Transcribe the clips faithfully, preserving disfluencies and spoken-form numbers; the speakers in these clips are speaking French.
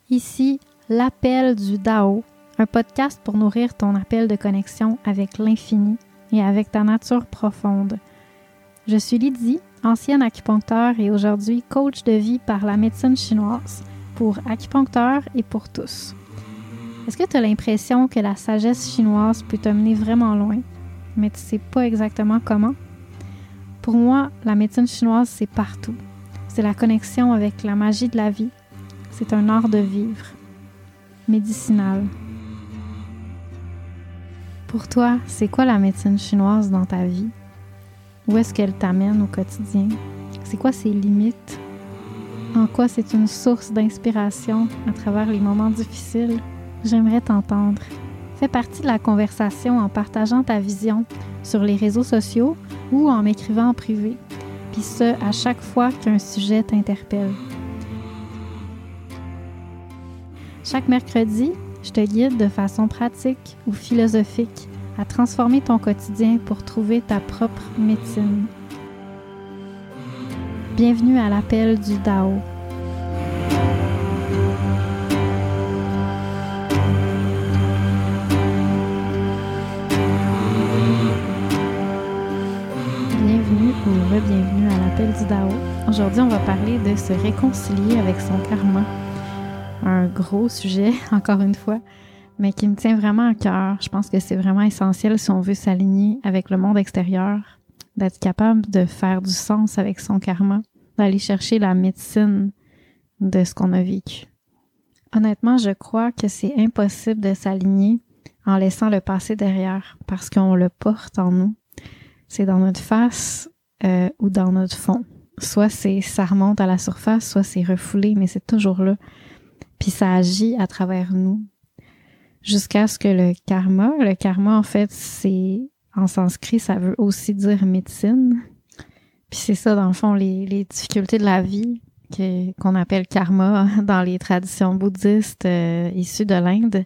Ici, l'appel du Dao, un podcast pour nourrir ton appel de connexion avec l'infini et avec ta nature profonde. Je suis Lydie, ancienne acupuncteur et aujourd'hui coach de vie par la médecine chinoise, pour acupuncteurs et pour tous. Est-ce que tu as l'impression que la sagesse chinoise peut te mener vraiment loin, mais tu ne sais pas exactement comment? Pour moi, la médecine chinoise, c'est partout. C'est la connexion avec la magie de la vie. C'est un art de vivre, médicinal. Pour toi, c'est quoi la médecine chinoise dans ta vie? Où est-ce qu'elle t'amène au quotidien? C'est quoi ses limites? En quoi c'est une source d'inspiration à travers les moments difficiles? J'aimerais t'entendre. Fais partie de la conversation en partageant ta vision sur les réseaux sociaux ou en m'écrivant en privé, puis ce, à chaque fois qu'un sujet t'interpelle. Chaque mercredi, je te guide de façon pratique ou philosophique à transformer ton quotidien pour trouver ta propre médecine. Bienvenue à l'appel du Dao. Bienvenue ou re-bienvenue à l'appel du Dao. Aujourd'hui, on va parler de se réconcilier avec son karma. Un gros sujet, encore une fois, mais qui me tient vraiment à cœur. Je pense que c'est vraiment essentiel si on veut s'aligner avec le monde extérieur, d'être capable de faire du sens avec son karma, d'aller chercher la médecine de ce qu'on a vécu. Honnêtement, je crois que c'est impossible de s'aligner en laissant le passé derrière, parce qu'on le porte en nous. C'est dans notre face euh, ou dans notre fond. Soit c'est ça remonte à la surface, soit c'est refoulé, mais c'est toujours là. Puis ça agit à travers nous. Jusqu'à ce que le karma, le karma en fait, c'est en sanskrit, ça veut aussi dire médecine. Puis c'est ça, dans le fond, les, les difficultés de la vie que, qu'on appelle karma dans les traditions bouddhistes euh, issues de l'Inde.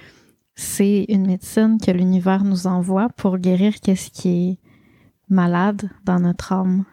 C'est une médecine que l'univers nous envoie pour guérir qu'est-ce qui est malade dans notre âme.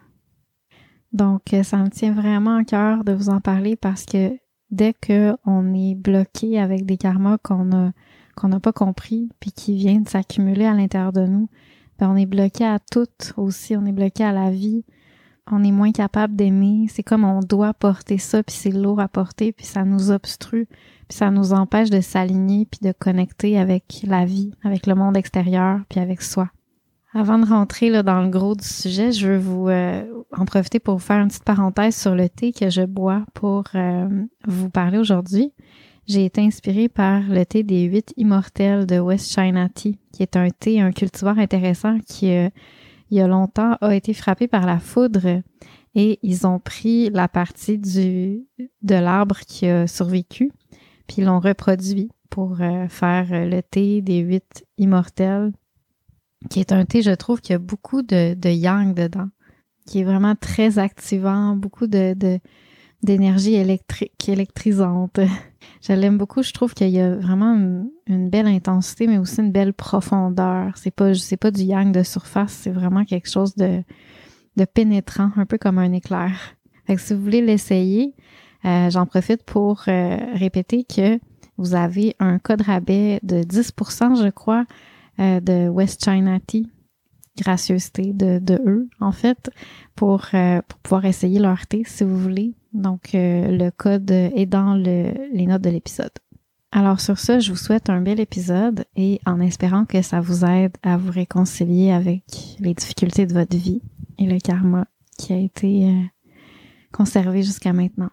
Donc, ça me tient vraiment à cœur de vous en parler parce que dès qu'on est bloqué avec des karmas qu'on a qu'on n'a pas compris puis qui viennent s'accumuler à l'intérieur de nous, ben on est bloqué à tout aussi, on est bloqué à la vie, on est moins capable d'aimer, c'est comme on doit porter ça puis c'est lourd à porter puis ça nous obstrue puis ça nous empêche de s'aligner puis de connecter avec la vie, avec le monde extérieur puis avec soi. Avant de rentrer là, dans le gros du sujet, je veux vous euh, en profiter pour vous faire une petite parenthèse sur le thé que je bois pour euh, vous parler aujourd'hui. J'ai été inspirée par le thé des huit immortels de West China Tea, qui est un thé, un cultivar intéressant qui, euh, il y a longtemps, a été frappé par la foudre et ils ont pris la partie du de l'arbre qui a survécu, puis ils l'ont reproduit pour euh, faire le thé des huit immortels, qui est un thé, je trouve, qui a beaucoup de, de yang dedans, qui est vraiment très activant, beaucoup de, de d'énergie électrique, électrisante. Je l'aime beaucoup, je trouve qu'il y a vraiment une, une belle intensité, mais aussi une belle profondeur. C'est pas, c'est pas du yang de surface, c'est vraiment quelque chose de, de pénétrant, un peu comme un éclair. Fait que si vous voulez l'essayer, euh, j'en profite pour euh, répéter que vous avez un code rabais de dix pour cent, je crois, Euh, de West China Tea, gracieuseté de, de eux, en fait, pour, euh, pour pouvoir essayer leur thé, si vous voulez. Donc, euh, le code est dans le, les notes de l'épisode. Alors, sur ce, je vous souhaite un bel épisode et en espérant que ça vous aide à vous réconcilier avec les difficultés de votre vie et le karma qui a été euh, conservé jusqu'à maintenant.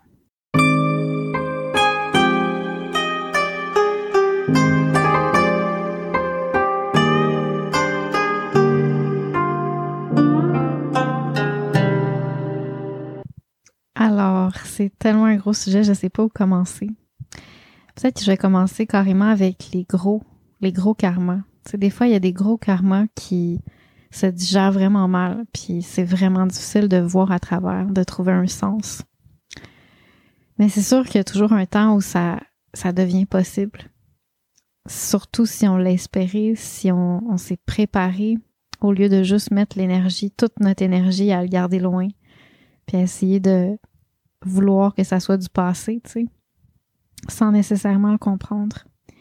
Alors, c'est tellement un gros sujet, je sais pas où commencer. Peut-être que je vais commencer carrément avec les gros, les gros karmas. Tu sais, des fois, il y a des gros karmas qui se digèrent vraiment mal, puis c'est vraiment difficile de voir à travers, de trouver un sens. Mais c'est sûr qu'il y a toujours un temps où ça, ça devient possible. Surtout si on l'a espéré, si on, on s'est préparé, au lieu de juste mettre l'énergie, toute notre énergie à le garder loin, puis à essayer de vouloir que ça soit du passé, tu sais. sans nécessairement le comprendre.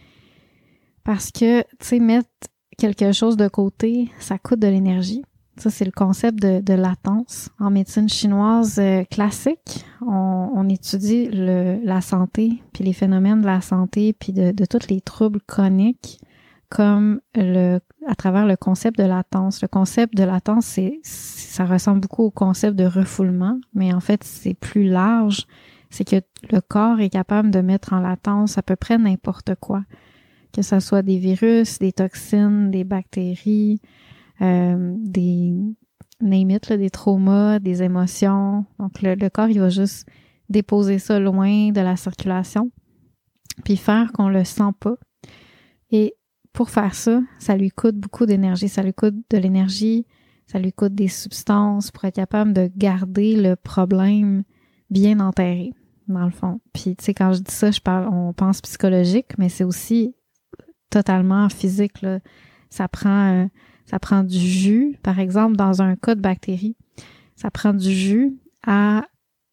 Parce que, tu sais, mettre quelque chose de côté, ça coûte de l'énergie. Ça, c'est le concept de, de latence. En médecine chinoise euh, classique, on, on étudie le, la santé, puis les phénomènes de la santé, puis de, de tous les troubles chroniques, comme le à travers le concept de latence. Le concept de latence, c'est ça ressemble beaucoup au concept de refoulement, mais en fait, c'est plus large. C'est que le corps est capable de mettre en latence à peu près n'importe quoi. Que ce soit des virus, des toxines, des bactéries, euh, des name it, là, des traumas, des émotions. Donc, le, le corps, il va juste déposer ça loin de la circulation, puis faire qu'on le sent pas. Et pour faire ça, ça lui coûte beaucoup d'énergie. Ça lui coûte de l'énergie, ça lui coûte des substances pour être capable de garder le problème bien enterré, dans le fond. Puis, tu sais, quand je dis ça, je parle, on pense psychologique, mais c'est aussi totalement physique, là. Ça prend, euh, ça prend du jus, par exemple, dans un cas de bactérie, ça prend du jus à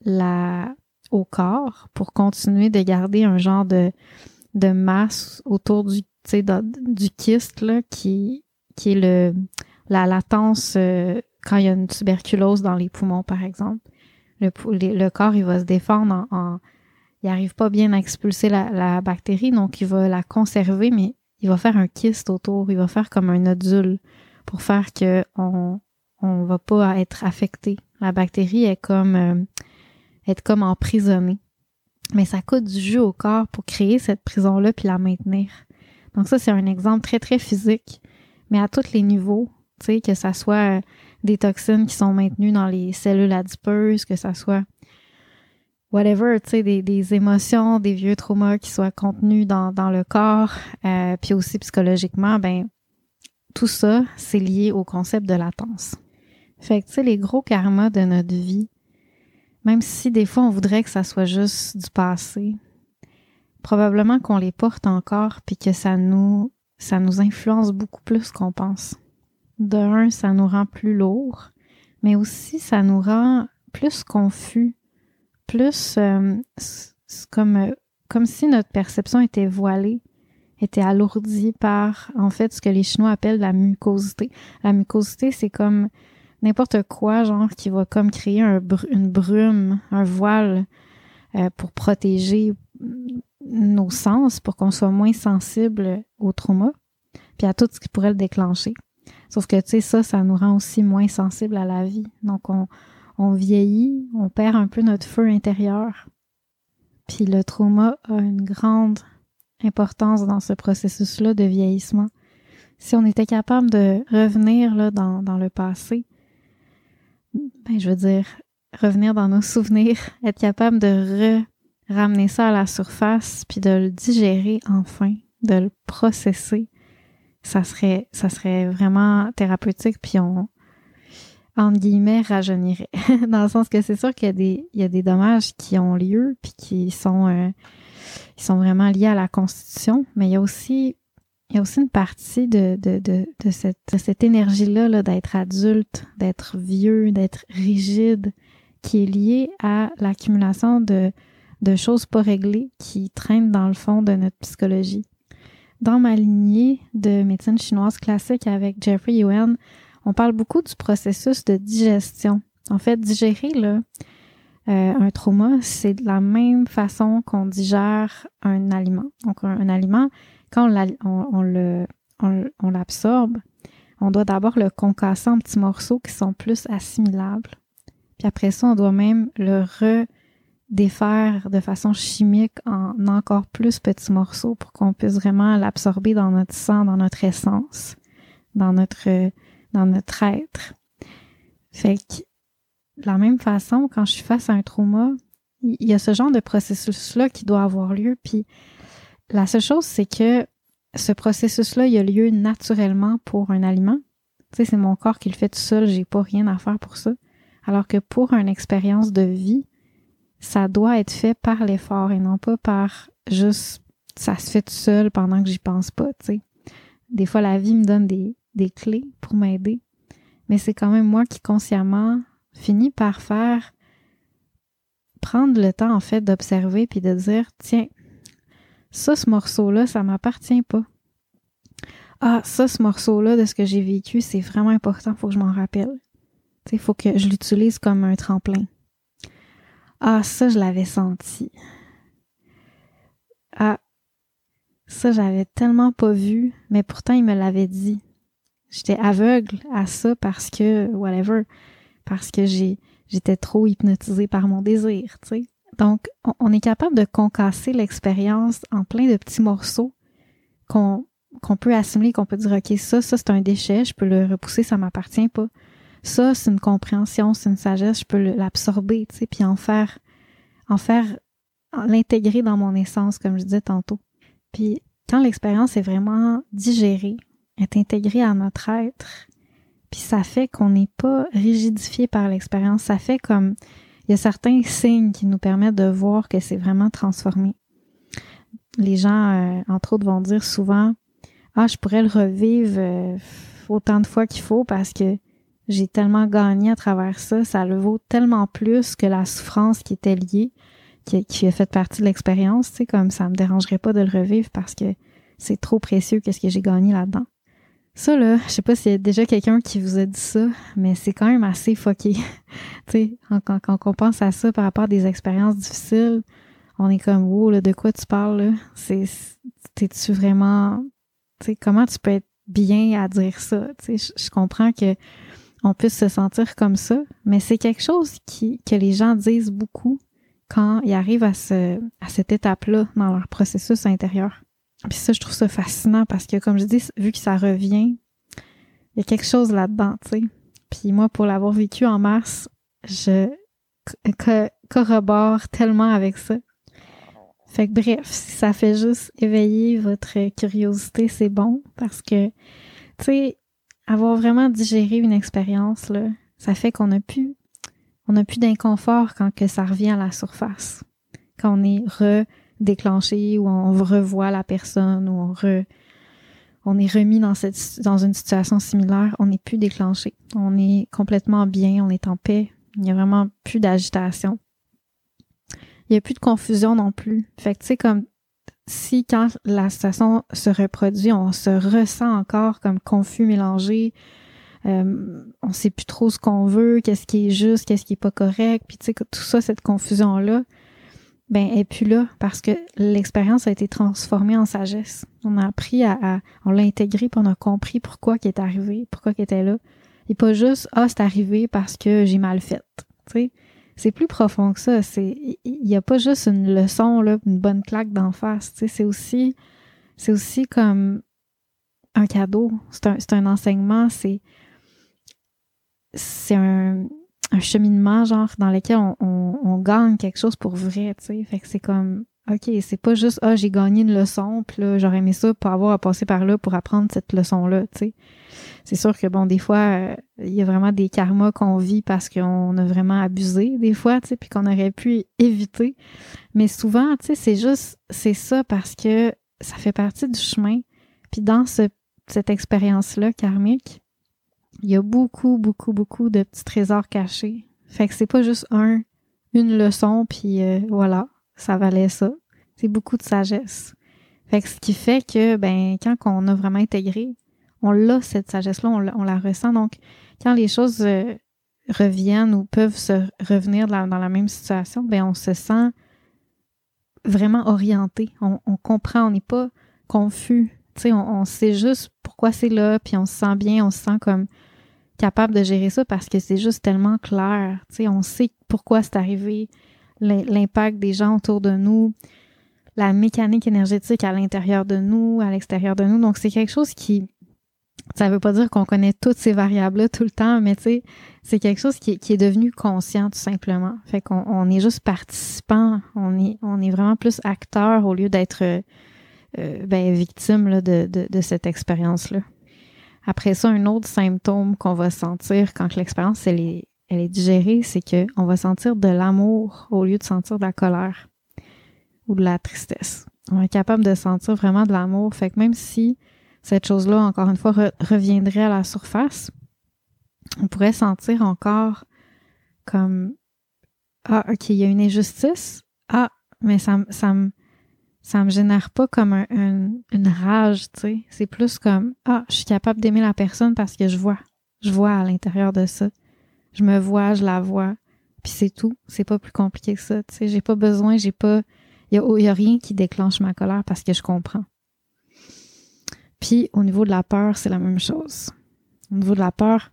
la, au corps pour continuer de garder un genre de, de masse autour du, tu sais, du kyste, là, qui, qui est le, la latence euh, quand il y a une tuberculose dans les poumons, par exemple. Le, le corps, il va se défendre en, en il n'arrive pas bien à expulser la, la bactérie, donc il va la conserver, mais il va faire un kyste autour, il va faire comme un nodule pour faire que on on va pas être affecté. La bactérie est comme euh, être comme emprisonnée. Mais ça coûte du jus au corps pour créer cette prison-là puis la maintenir. Donc ça, c'est un exemple très, très physique, mais à tous les niveaux, tu sais, que ça soit des toxines qui sont maintenues dans les cellules adipeuses, que ça soit whatever, tu sais, des, des émotions, des vieux traumas qui soient contenus dans, dans le corps, euh, puis aussi psychologiquement, ben tout ça, c'est lié au concept de latence. Fait que, tu sais, les gros karmas de notre vie, même si des fois on voudrait que ça soit juste du passé, probablement qu'on les porte encore puis que ça nous, ça nous influence beaucoup plus qu'on pense. De un, ça nous rend plus lourd, mais aussi ça nous rend plus confus, plus euh, comme, euh, comme si notre perception était voilée, était alourdie par, en fait, ce que les Chinois appellent la mucosité. La mucosité, c'est comme n'importe quoi, genre, qui va comme créer un br- une brume, un voile euh, pour protéger nos sens, pour qu'on soit moins sensible au trauma, puis à tout ce qui pourrait le déclencher. Sauf que, tu sais, ça, ça nous rend aussi moins sensibles à la vie. Donc, on On vieillit, on perd un peu notre feu intérieur. Puis le trauma a une grande importance dans ce processus-là de vieillissement. Si on était capable de revenir là, dans, dans le passé, ben, je veux dire, revenir dans nos souvenirs, être capable de re- ramener ça à la surface, puis de le digérer enfin, de le processer, ça serait, ça serait vraiment thérapeutique, puis on entre guillemets, rajeunirait. Dans le sens que c'est sûr qu'il y a des, il y a des dommages qui ont lieu puis qui sont, euh, qui sont vraiment liés à la Constitution, mais il y a aussi, il y a aussi une partie de, de, de, de cette, de cette énergie-là, là, d'être adulte, d'être vieux, d'être rigide, qui est liée à l'accumulation de, de choses pas réglées qui traînent dans le fond de notre psychologie. Dans ma lignée de médecine chinoise classique avec Jeffrey Yuen, on parle beaucoup du processus de digestion. En fait, digérer là, euh, un trauma, c'est de la même façon qu'on digère un aliment. Donc, un, un aliment, quand on, on, on, le, on, on l'absorbe, on doit d'abord le concasser en petits morceaux qui sont plus assimilables. Puis après ça, on doit même le redéfaire de façon chimique en encore plus petits morceaux pour qu'on puisse vraiment l'absorber dans notre sang, dans notre essence, dans notre... dans notre être. Fait que, de la même façon, quand je suis face à un trauma, il y a ce genre de processus-là qui doit avoir lieu, puis la seule chose, c'est que ce processus-là, il a lieu naturellement pour un aliment. Tu sais, c'est mon corps qui le fait tout seul, j'ai pas rien à faire pour ça. Alors que pour une expérience de vie, ça doit être fait par l'effort et non pas par juste, ça se fait tout seul pendant que j'y pense pas, tu sais. Des fois, la vie me donne des des clés pour m'aider, mais c'est quand même moi qui consciemment finis par faire prendre le temps en fait d'observer puis de dire tiens, ça, ce morceau-là, ça m'appartient pas. Ah, ça, ce morceau-là de ce que j'ai vécu, c'est vraiment important, faut que je m'en rappelle. Tu sais, faut que je l'utilise comme un tremplin. Ah, ça, je l'avais senti. Ah, ça, j'avais tellement pas vu, mais pourtant, il me l'avait dit. J'étais aveugle à ça parce que, whatever, parce que j'ai, j'étais trop hypnotisée par mon désir, tu sais. Donc, on, on est capable de concasser l'expérience en plein de petits morceaux qu'on, qu'on peut assimiler, qu'on peut dire, OK, ça, ça, c'est un déchet, je peux le repousser, ça m'appartient pas. Ça, c'est une compréhension, c'est une sagesse, je peux l'absorber, tu sais, puis en faire, en faire, en l'intégrer dans mon essence, comme je disais tantôt. Puis, quand l'expérience est vraiment digérée, est intégrée à notre être, puis ça fait qu'on n'est pas rigidifié par l'expérience, ça fait comme, il y a certains signes qui nous permettent de voir que c'est vraiment transformé. Les gens, euh, entre autres, vont dire souvent, ah, je pourrais le revivre euh, autant de fois qu'il faut parce que j'ai tellement gagné à travers ça, ça le vaut tellement plus que la souffrance qui était liée, qui, qui a fait partie de l'expérience, tu sais, comme ça me dérangerait pas de le revivre parce que c'est trop précieux qu'est-ce que j'ai gagné là-dedans. Ça, là, je sais pas s'il y a déjà quelqu'un qui vous a dit ça, mais c'est quand même assez fucké. Tu sais, quand, quand on pense à ça par rapport à des expériences difficiles, on est comme, wow, là, de quoi tu parles, là? C'est, t'es-tu vraiment, tu sais, comment tu peux être bien à dire ça? Tu sais, je, je comprends que on puisse se sentir comme ça, mais c'est quelque chose qui, que les gens disent beaucoup quand ils arrivent à ce, à cette étape-là dans leur processus intérieur. Puis ça, je trouve ça fascinant parce que, comme je dis, vu que ça revient, il y a quelque chose là-dedans, tu sais. Puis moi, pour l'avoir vécu en mars, je co- corrobore tellement avec ça. Fait que bref, si ça fait juste éveiller votre curiosité, c'est bon parce que, tu sais, avoir vraiment digéré une expérience, là, ça fait qu'on a plus, on a plus d'inconfort quand que ça revient à la surface. Quand on est re déclenché, où on revoit la personne, où on, re, on est remis dans, cette, dans une situation similaire, on n'est plus déclenché. On est complètement bien, on est en paix. Il n'y a vraiment plus d'agitation. Il n'y a plus de confusion non plus. Fait que tu sais, comme si quand la situation se reproduit, on se ressent encore comme confus, mélangé, euh, on sait plus trop ce qu'on veut, qu'est-ce qui est juste, qu'est-ce qui est pas correct, puis tu sais, tout ça, cette confusion-là, ben, elle est plus là parce que l'expérience a été transformée en sagesse. On a appris à, à on l'a intégré puis on a compris pourquoi qu'il est arrivé, pourquoi qu'il était là. Et pas juste, ah, c'est arrivé parce que j'ai mal fait. Tu sais, c'est plus profond que ça. C'est, il y a pas juste une leçon, là, une bonne claque d'en face. Tu sais, c'est aussi, c'est aussi comme un cadeau. C'est un, c'est un enseignement. C'est, c'est un, un cheminement, genre, dans lequel on, on, on gagne quelque chose pour vrai, tu sais. Fait que c'est comme, OK, c'est pas juste, ah, j'ai gagné une leçon, puis là, j'aurais aimé ça pour avoir à passer par là pour apprendre cette leçon-là, tu sais. C'est sûr que, bon, des fois, il euh, y a vraiment des karmas qu'on vit parce qu'on a vraiment abusé, des fois, tu sais, puis qu'on aurait pu éviter. Mais souvent, tu sais, c'est juste, c'est ça parce que ça fait partie du chemin. Puis dans ce, cette expérience-là karmique, il y a beaucoup, beaucoup, beaucoup de petits trésors cachés. Fait que c'est pas juste un, une leçon, puis euh, voilà, ça valait ça. C'est beaucoup de sagesse. Fait que ce qui fait que, ben, quand on a vraiment intégré, on l'a, cette sagesse-là, on la, on la ressent. Donc, quand les choses euh, reviennent ou peuvent se revenir dans la, dans la même situation, ben, on se sent vraiment orienté. On, on comprend, on n'est pas confus. Tu sais, on, on sait juste pourquoi c'est là, puis on se sent bien, on se sent comme capable de gérer ça parce que c'est juste tellement clair. Tu sais, on sait pourquoi c'est arrivé, l'impact des gens autour de nous, la mécanique énergétique à l'intérieur de nous, à l'extérieur de nous. Donc, c'est quelque chose qui, ça veut pas dire qu'on connaît toutes ces variables-là tout le temps, mais tu sais, c'est quelque chose qui, qui est devenu conscient tout simplement. Fait qu'on on est juste participant, on est, on est vraiment plus acteur au lieu d'être euh, ben, victime là, de, de, de cette expérience-là. Après ça, un autre symptôme qu'on va sentir quand l'expérience elle est, elle est digérée, c'est qu'on va sentir de l'amour au lieu de sentir de la colère ou de la tristesse. On est capable de sentir vraiment de l'amour. Fait que même si cette chose-là, encore une fois, re- reviendrait à la surface, on pourrait sentir encore comme « Ah, OK, il y a une injustice. Ah, mais ça, ça me ça me génère pas comme un, un, une rage, tu sais. C'est plus comme, ah, je suis capable d'aimer la personne parce que je vois. Je vois à l'intérieur de ça. Je me vois, je la vois. Puis c'est tout. C'est pas plus compliqué que ça, tu sais. J'ai pas besoin, j'ai pas... Il y a, y a rien qui déclenche ma colère parce que je comprends. Puis au niveau de la peur, c'est la même chose. Au niveau de la peur,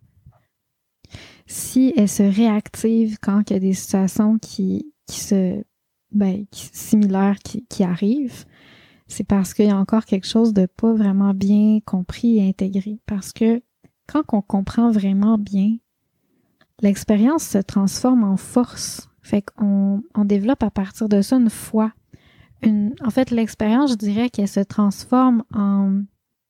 si elle se réactive quand il y a des situations qui, qui se... ben, qui, similaires qui, qui arrivent, c'est parce qu'il y a encore quelque chose de pas vraiment bien compris et intégré. Parce que quand on comprend vraiment bien, l'expérience se transforme en force. Fait qu'on on développe à partir de ça une foi. Une, en fait, l'expérience, je dirais qu'elle se transforme en,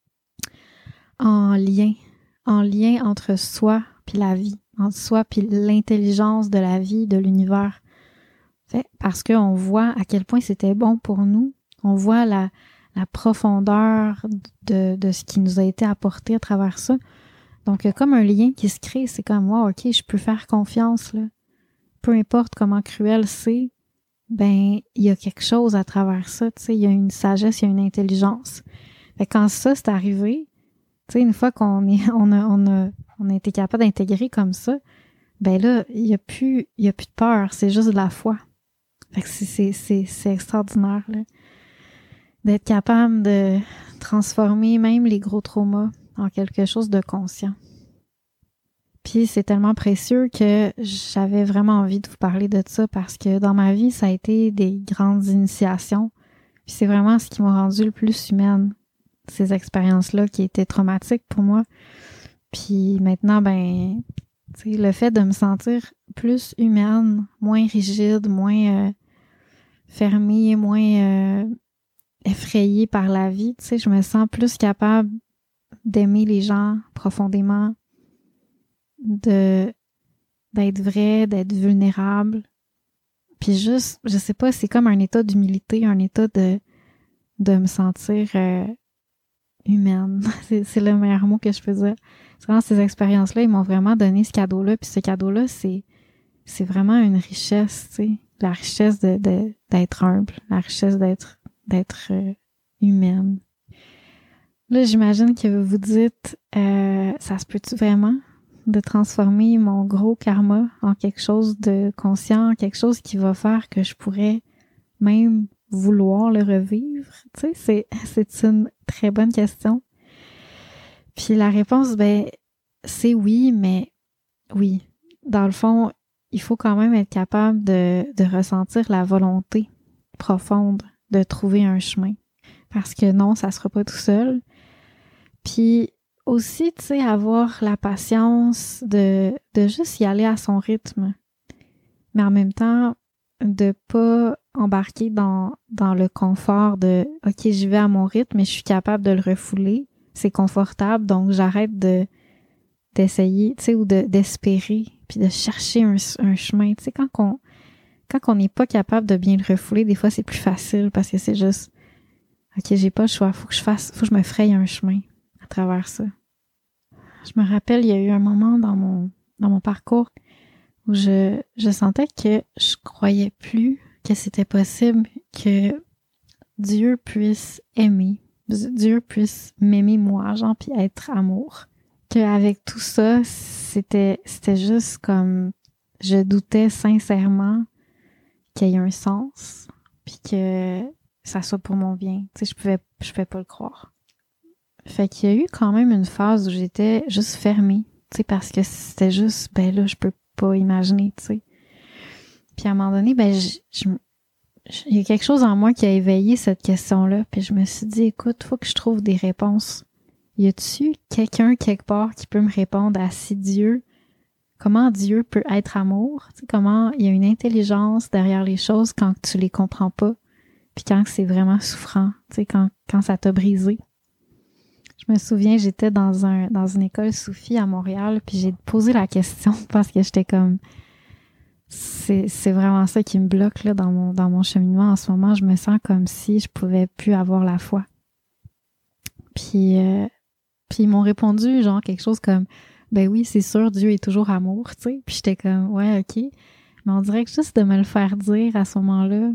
en lien. En lien entre soi puis la vie. Entre soi puis l'intelligence de la vie, de l'univers. Fait, parce qu'on voit à quel point c'était bon pour nous. On voit la, la profondeur de, de ce qui nous a été apporté à travers ça. Donc, il y a comme un lien qui se crée. C'est comme, wow, OK, je peux faire confiance, là. Peu importe comment cruel c'est, ben, il y a quelque chose à travers ça, tu sais. Il y a une sagesse, il y a une intelligence. Fait que quand ça, c'est arrivé, tu sais, une fois qu'on est, on a, on a, on a été capable d'intégrer comme ça, ben là, il y a plus, il y a plus de peur. C'est juste de la foi. Fait que c'est, c'est, c'est, c'est extraordinaire, là. D'être capable de transformer même les gros traumas en quelque chose de conscient. Puis c'est tellement précieux que j'avais vraiment envie de vous parler de ça parce que dans ma vie, ça a été des grandes initiations. Puis c'est vraiment ce qui m'a rendue le plus humaine, ces expériences-là qui étaient traumatiques pour moi. Puis maintenant, ben, tu sais, le fait de me sentir plus humaine, moins rigide, moins euh, fermée, moins euh, effrayée par la vie, tu sais, je me sens plus capable d'aimer les gens profondément, de d'être vrai, d'être vulnérable. Puis juste, je sais pas, c'est comme un état d'humilité, un état de de me sentir euh, humaine. c'est, c'est le meilleur mot que je peux dire. C'est vraiment ces expériences-là, ils m'ont vraiment donné ce cadeau-là. Puis ce cadeau-là, c'est c'est vraiment une richesse, tu sais. La richesse de, de d'être humble, la richesse d'être d'être euh, humaine. Là, j'imagine que vous vous dites, euh, ça se peut-tu vraiment de transformer mon gros karma en quelque chose de conscient, quelque chose qui va faire que je pourrais même vouloir le revivre? Tu sais, c'est, c'est une très bonne question. Puis la réponse, ben, c'est oui, mais oui. Dans le fond, il faut quand même être capable de, de ressentir la volonté profonde de trouver un chemin. Parce que non, ça sera pas tout seul. Puis aussi, tu sais, avoir la patience de, de juste y aller à son rythme. Mais en même temps, de pas embarquer dans, dans le confort de « OK, j'y vais à mon rythme, mais je suis capable de le refouler. C'est confortable, donc j'arrête de d'essayer, tu sais, ou de, d'espérer, puis de chercher un, un chemin. » Tu sais, quand on quand on n'est pas capable de bien le refouler, des fois, c'est plus facile parce que c'est juste « OK, j'ai pas le choix, faut que je fasse, faut que je me fraye un chemin à travers ça. » Je me rappelle, il y a eu un moment dans mon dans mon parcours où je, je sentais que je croyais plus que c'était possible que Dieu puisse aimer, Dieu puisse m'aimer moi, genre, puis être amour. Qu'avec tout ça, c'était c'était juste comme, je doutais sincèrement qu'il y ait un sens, puis que ça soit pour mon bien. Tu sais, je pouvais, je pouvais pas le croire. Fait qu'il y a eu quand même une phase où j'étais juste fermée, tu sais, parce que c'était juste, ben là, je peux pas imaginer, tu sais. Puis à un moment donné, ben, je, je, je, il y a quelque chose en moi qui a éveillé cette question-là, puis je me suis dit, écoute, faut que je trouve des réponses. Y a-tu quelqu'un quelque part qui peut me répondre à si Dieu, comment Dieu peut être amour, tu sais, comment il y a une intelligence derrière les choses quand tu les comprends pas, puis quand c'est vraiment souffrant, tu sais, quand, quand ça t'a brisé. Je me souviens, j'étais dans un dans une école soufie à Montréal, puis j'ai posé la question parce que j'étais comme, c'est c'est vraiment ça qui me bloque là dans mon dans mon cheminement en ce moment. Je me sens comme si je pouvais plus avoir la foi. Puis euh, puis ils m'ont répondu genre quelque chose comme, ben oui, c'est sûr, Dieu est toujours amour, tu sais. Puis j'étais comme, ouais, ok. Mais on dirait que juste de me le faire dire à ce moment-là,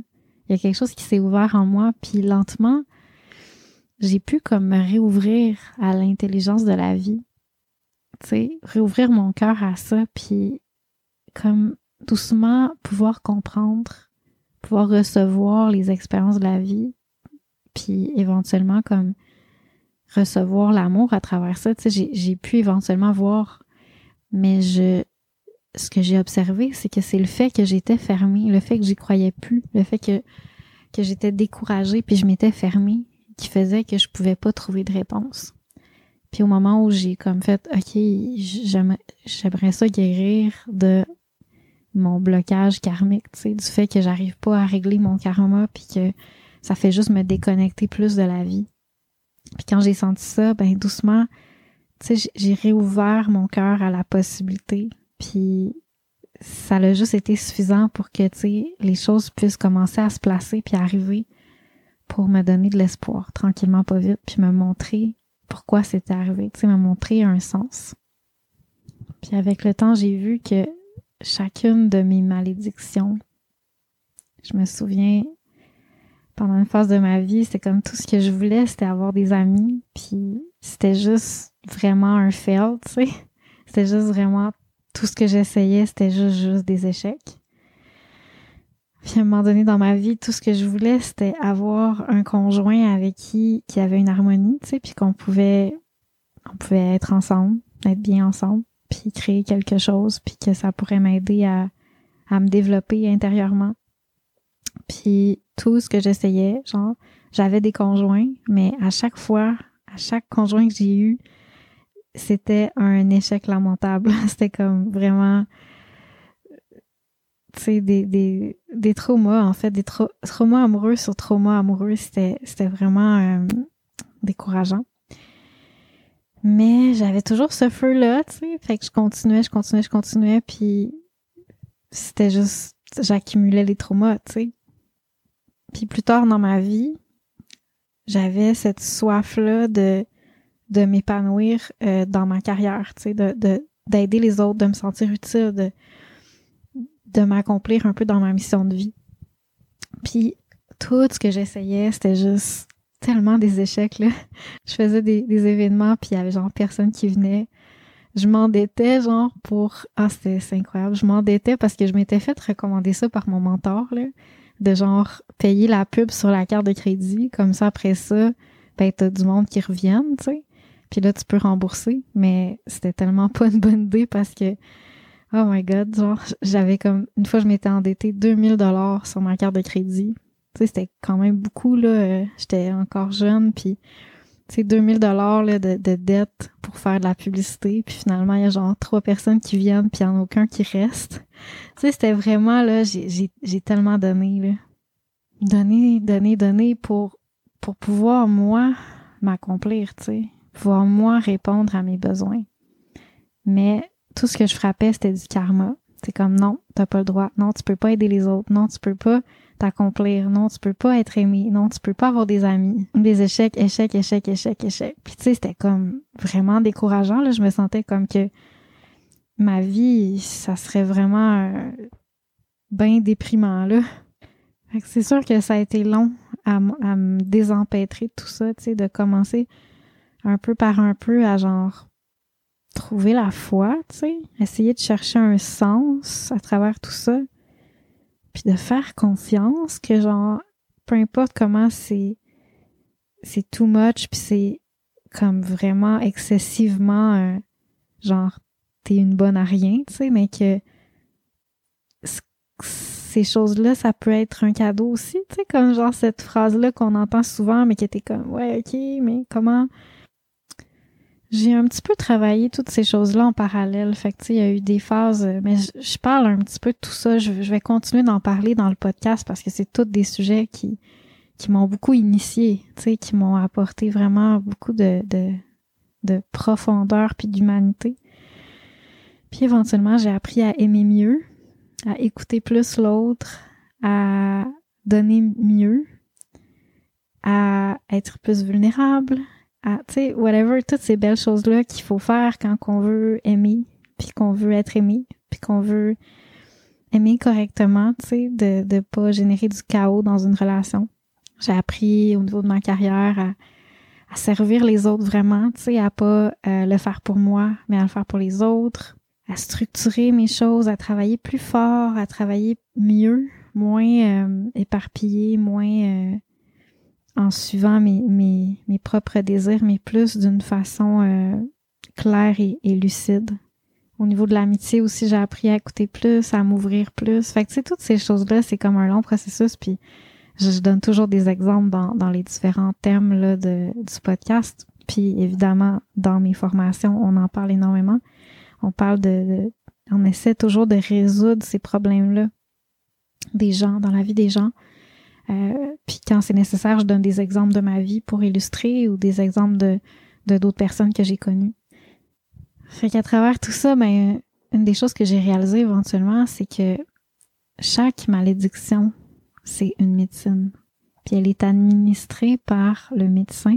il y a quelque chose qui s'est ouvert en moi, puis lentement, j'ai pu comme me réouvrir à l'intelligence de la vie. Tu sais, réouvrir mon cœur à ça, puis comme doucement pouvoir comprendre, pouvoir recevoir les expériences de la vie, puis éventuellement comme recevoir l'amour à travers ça. Tu sais, j'ai, j'ai pu éventuellement voir, mais je, ce que j'ai observé, c'est que c'est le fait que j'étais fermée, le fait que j'y croyais plus, le fait que, que j'étais découragée puis je m'étais fermée, qui faisait que je pouvais pas trouver de réponse. Puis au moment où j'ai comme fait, OK, j'aimerais, j'aimerais ça guérir de mon blocage karmique, tu sais, du fait que j'arrive pas à régler mon karma puis que ça fait juste me déconnecter plus de la vie. Puis quand j'ai senti ça, ben doucement, tu sais, j'ai réouvert mon cœur à la possibilité. Puis ça a juste été suffisant pour que, tu sais, les choses puissent commencer à se placer puis arriver pour me donner de l'espoir, tranquillement, pas vite, puis me montrer pourquoi c'était arrivé, tu sais, me montrer un sens. Puis avec le temps, j'ai vu que chacune de mes malédictions, je me souviens, pendant une phase de ma vie, c'était comme tout ce que je voulais, c'était avoir des amis, puis c'était juste vraiment un fail, tu sais. C'était juste vraiment tout ce que j'essayais, c'était juste, juste des échecs. Puis à un moment donné dans ma vie, tout ce que je voulais, c'était avoir un conjoint avec qui qui avait une harmonie, tu sais, puis qu'on pouvait on pouvait être ensemble, être bien ensemble, puis créer quelque chose, puis que ça pourrait m'aider à à me développer intérieurement. Puis tout ce que j'essayais, genre, j'avais des conjoints, mais à chaque fois, à chaque conjoint que j'ai eu, c'était un échec lamentable. C'était comme vraiment, tu sais, des, des, des traumas, en fait, des tra- traumas amoureux sur traumas amoureux. C'était, c'était vraiment euh, décourageant. Mais j'avais toujours ce feu-là, tu sais, fait que je continuais, je continuais, je continuais, puis c'était juste, j'accumulais les traumas, tu sais. Puis plus tard dans ma vie, j'avais cette soif-là de de m'épanouir euh, dans ma carrière, tu sais, de, de d'aider les autres, de me sentir utile, de de m'accomplir un peu dans ma mission de vie. Puis tout ce que j'essayais, c'était juste tellement des échecs, là. Je faisais des, des événements, puis il y avait genre personne qui venait. Je m'endettais, genre, pour... Ah, c'était c'est incroyable. Je m'endettais parce que je m'étais fait recommander ça par mon mentor, là, de genre payer la pub sur la carte de crédit. Comme ça, après ça, ben t'as du monde qui revienne, tu sais. Puis là, tu peux rembourser. Mais c'était tellement pas une bonne idée parce que, oh my God, genre, j'avais comme... Une fois, je m'étais endettée deux mille dollars sur ma carte de crédit. Tu sais, c'était quand même beaucoup, là. Euh, j'étais encore jeune, puis... Tu sais, deux mille dollars là, de, de dette pour faire de la publicité, puis finalement, il y a genre trois personnes qui viennent, puis il n'y en a aucun qui reste. Tu sais, c'était vraiment, là, j'ai, j'ai, j'ai tellement donné, là. Donné, donné, donné pour, pour pouvoir, moi, m'accomplir, tu sais. Pouvoir, moi, répondre à mes besoins. Mais tout ce que je frappais, c'était du karma. C'est comme, non, t'as pas le droit. Non, tu peux pas aider les autres. Non, tu peux pas t'accomplir. Non, tu peux pas être aimé. Non, tu peux pas avoir des amis. Des échecs, échecs, échecs, échecs, échecs. Puis tu sais, c'était comme vraiment décourageant, là. Je me sentais comme que ma vie, ça serait vraiment euh, bien déprimant, là. Fait que c'est sûr que ça a été long à, m- à me désempêtrer de tout ça, tu sais, de commencer un peu par un peu à genre trouver la foi, tu sais, essayer de chercher un sens à travers tout ça. Puis de faire confiance que genre, peu importe comment c'est c'est too much, puis c'est comme vraiment excessivement euh, genre, t'es une bonne à rien, tu sais, mais que c- ces choses-là, ça peut être un cadeau aussi, tu sais, comme genre cette phrase-là qu'on entend souvent, mais qui était comme, ouais, ok, mais comment... J'ai un petit peu travaillé toutes ces choses-là en parallèle. Fait que, tu sais, il y a eu des phases, mais je, je parle un petit peu de tout ça. Je, je vais continuer d'en parler dans le podcast parce que c'est tous des sujets qui, qui m'ont beaucoup initiée, tu sais, qui m'ont apporté vraiment beaucoup de, de, de profondeur puis d'humanité. Puis éventuellement, j'ai appris à aimer mieux, à écouter plus l'autre, à donner mieux, à être plus vulnérable, à, tu sais, whatever, toutes ces belles choses-là qu'il faut faire quand on veut aimer, puis qu'on veut être aimé, puis qu'on veut aimer correctement, tu sais, de de pas générer du chaos dans une relation. J'ai appris au niveau de ma carrière à, à servir les autres vraiment, tu sais, à pas euh, le faire pour moi, mais à le faire pour les autres, à structurer mes choses, à travailler plus fort, à travailler mieux, moins euh, éparpillé, moins euh, en suivant mes, mes, mes propres désirs, mais plus d'une façon euh, claire et, et lucide. Au niveau de l'amitié aussi, j'ai appris à écouter plus, à m'ouvrir plus. Fait que tu sais, toutes ces choses-là, c'est comme un long processus, puis je, je donne toujours des exemples dans, dans les différents thèmes là, de, du podcast. Puis évidemment, dans mes formations, on en parle énormément. On parle de, de on essaie toujours de résoudre ces problèmes-là des gens, dans la vie des gens. Euh, puis quand c'est nécessaire, je donne des exemples de ma vie pour illustrer ou des exemples de, de d'autres personnes que j'ai connues. Fait qu'à travers tout ça, ben, une des choses que j'ai réalisées éventuellement, c'est que chaque malédiction, c'est une médecine. Puis elle est administrée par le médecin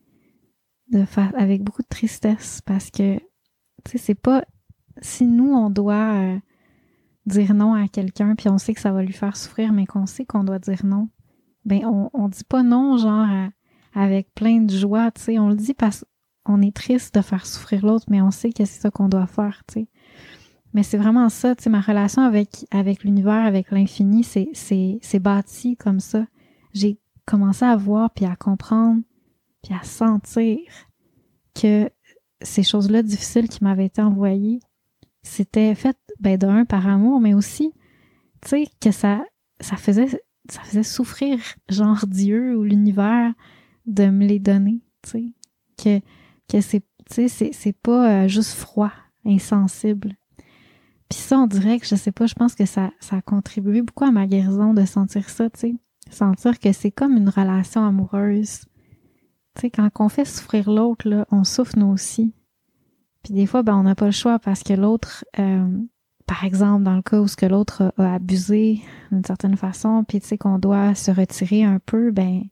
de fa- avec beaucoup de tristesse parce que, tu sais, c'est pas... Si nous, on doit euh, dire non à quelqu'un, puis on sait que ça va lui faire souffrir, mais qu'on sait qu'on doit dire non, ben on, on dit pas non, genre, à, avec plein de joie, tu sais. On le dit parce qu'on est triste de faire souffrir l'autre, mais on sait que c'est ça qu'on doit faire, tu sais. Mais c'est vraiment ça, tu sais, ma relation avec avec l'univers, avec l'infini, c'est c'est c'est bâti comme ça. J'ai commencé à voir, puis à comprendre, puis à sentir que ces choses-là difficiles qui m'avaient été envoyées, c'était fait, ben, d'un, par amour, mais aussi, tu sais, que ça, ça faisait, ça faisait souffrir, genre, Dieu ou l'univers de me les donner, tu sais. Que, que c'est, tu sais, c'est, c'est pas euh, juste froid, insensible. Puis ça, on dirait que, je sais pas, je pense que ça, ça a contribué beaucoup à ma guérison de sentir ça, tu sais. Sentir que c'est comme une relation amoureuse. Tu sais, quand on fait souffrir l'autre, là, on souffre nous aussi. Puis des fois, ben, on n'a pas le choix parce que l'autre, euh, par exemple, dans le cas où ce que l'autre a, a abusé d'une certaine façon, puis tu sais qu'on doit se retirer un peu, ben,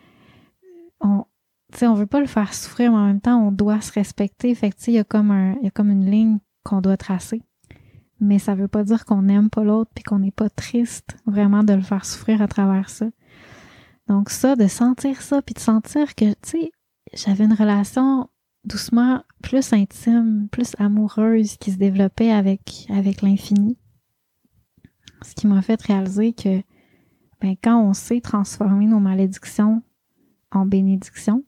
on, tu sais, on veut pas le faire souffrir, mais en même temps, on doit se respecter. Fait que tu sais, il y a comme un, il y a comme une ligne qu'on doit tracer. Mais ça veut pas dire qu'on n'aime pas l'autre puis qu'on n'est pas triste vraiment de le faire souffrir à travers ça. Donc ça, de sentir ça, puis de sentir que, tu sais, j'avais une relation doucement plus intime, plus amoureuse qui se développait avec, avec l'infini. Ce qui m'a fait réaliser que ben, quand on sait transformer nos malédictions en bénédictions,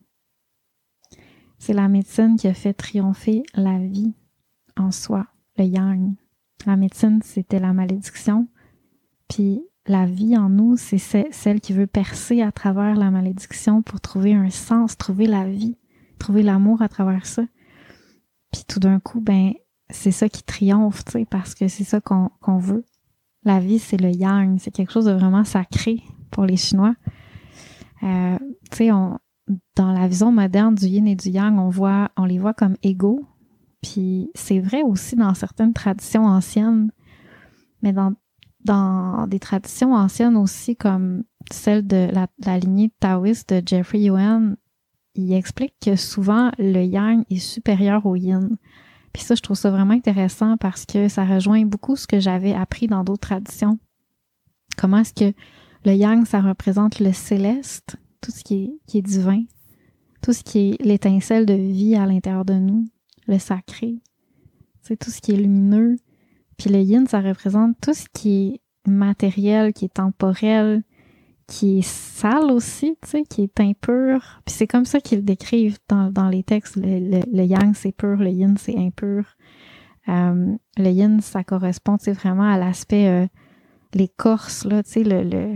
c'est la médecine qui a fait triompher la vie en soi, le yang. La médecine, c'était la malédiction, puis la vie en nous, c'est celle qui veut percer à travers la malédiction pour trouver un sens, trouver la vie, trouver l'amour à travers ça. Puis tout d'un coup, ben c'est ça qui triomphe, tu sais, parce que c'est ça qu'on qu'on veut. La vie, c'est le yang, c'est quelque chose de vraiment sacré pour les Chinois. Euh, tu sais, on dans la vision moderne du yin et du yang, on voit, on les voit comme égaux. Puis c'est vrai aussi dans certaines traditions anciennes, mais dans dans des traditions anciennes aussi, comme celle de la, la lignée taoïste de Jeffrey Yuen, il explique que souvent le yang est supérieur au yin. Puis ça, je trouve ça vraiment intéressant parce que ça rejoint beaucoup ce que j'avais appris dans d'autres traditions. Comment est-ce que le yang, ça représente le céleste, tout ce qui est, qui est divin, tout ce qui est l'étincelle de vie à l'intérieur de nous, le sacré, c'est tout ce qui est lumineux. Puis le yin, ça représente tout ce qui est matériel, qui est temporel, qui est sale aussi, tu sais, qui est impur. Puis c'est comme ça qu'ils le décrivent dans, dans les textes. Le, le, le yang, c'est pur, le yin, c'est impur. Euh, le yin, ça correspond, tu sais, vraiment à l'aspect, euh, l'écorce, là, tu sais, le, le,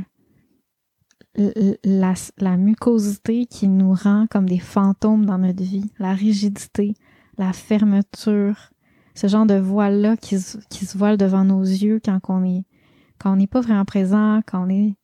le, la, la mucosité qui nous rend comme des fantômes dans notre vie, la rigidité, la fermeture, ce genre de voile-là qui, qui se voile devant nos yeux quand on est, quand on n'est pas vraiment présent, quand on est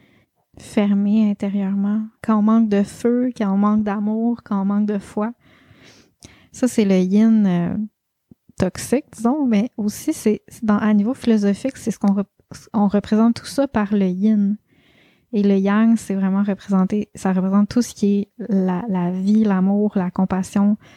fermé intérieurement, quand on manque de feu, quand on manque d'amour, quand on manque de foi. Ça, c'est le yin euh, toxique, disons, mais aussi, c'est dans, à niveau philosophique, c'est ce qu'on rep, on représente tout ça par le yin. Et le yang, c'est vraiment représenté, ça représente tout ce qui est la, la vie, l'amour, la compassion,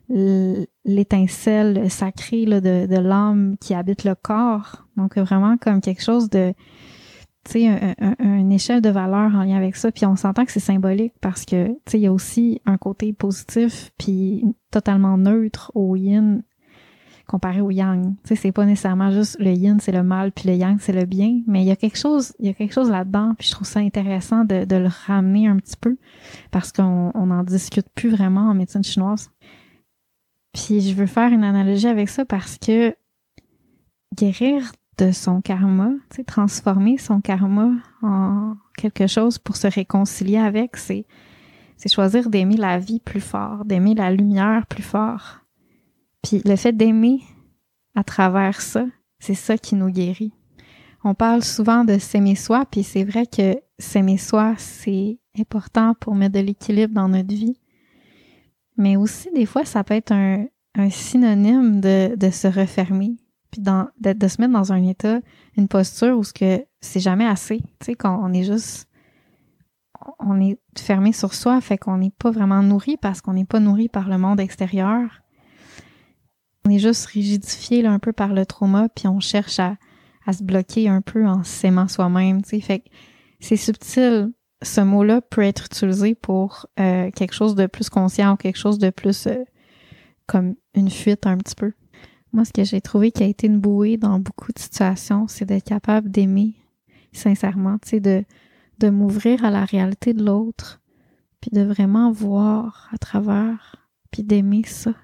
l'étincelle sacrée là, de, de l'âme qui habite le corps. Donc, vraiment comme quelque chose de, tu sais, un, un, une échelle de valeur en lien avec ça. Puis on s'entend que c'est symbolique parce que, tu sais, il y a aussi un côté positif puis totalement neutre au yin comparé au yang. Tu sais, c'est pas nécessairement juste le yin, c'est le mal, puis le yang, c'est le bien. Mais il y a quelque chose, il y a quelque chose là-dedans, puis je trouve ça intéressant de, de le ramener un petit peu parce qu'on on en discute plus vraiment en médecine chinoise. Puis je veux faire une analogie avec ça parce que guérir de son karma, tu sais, transformer son karma en quelque chose pour se réconcilier avec, c'est, c'est choisir d'aimer la vie plus fort, d'aimer la lumière plus fort. Puis le fait d'aimer à travers ça, c'est ça qui nous guérit. On parle souvent de s'aimer soi, puis c'est vrai que s'aimer soi, c'est important pour mettre de l'équilibre dans notre vie. Mais aussi, des fois, ça peut être un, un synonyme de, de se refermer, puis dans, de, de se mettre dans un état, une posture où ce que c'est jamais assez. Tu sais, quand on est juste, on est fermé sur soi, fait qu'on n'est pas vraiment nourri parce qu'on n'est pas nourri par le monde extérieur. On est juste rigidifié là, un peu par le trauma, puis on cherche à, à se bloquer un peu en s'aimant soi-même. Tu sais, fait que c'est subtil. Ce mot-là peut être utilisé pour euh, quelque chose de plus conscient ou quelque chose de plus euh, comme une fuite un petit peu. Moi, ce que j'ai trouvé qui a été une bouée dans beaucoup de situations, c'est d'être capable d'aimer sincèrement, tu sais, de, de m'ouvrir à la réalité de l'autre, puis de vraiment voir à travers, puis d'aimer ça,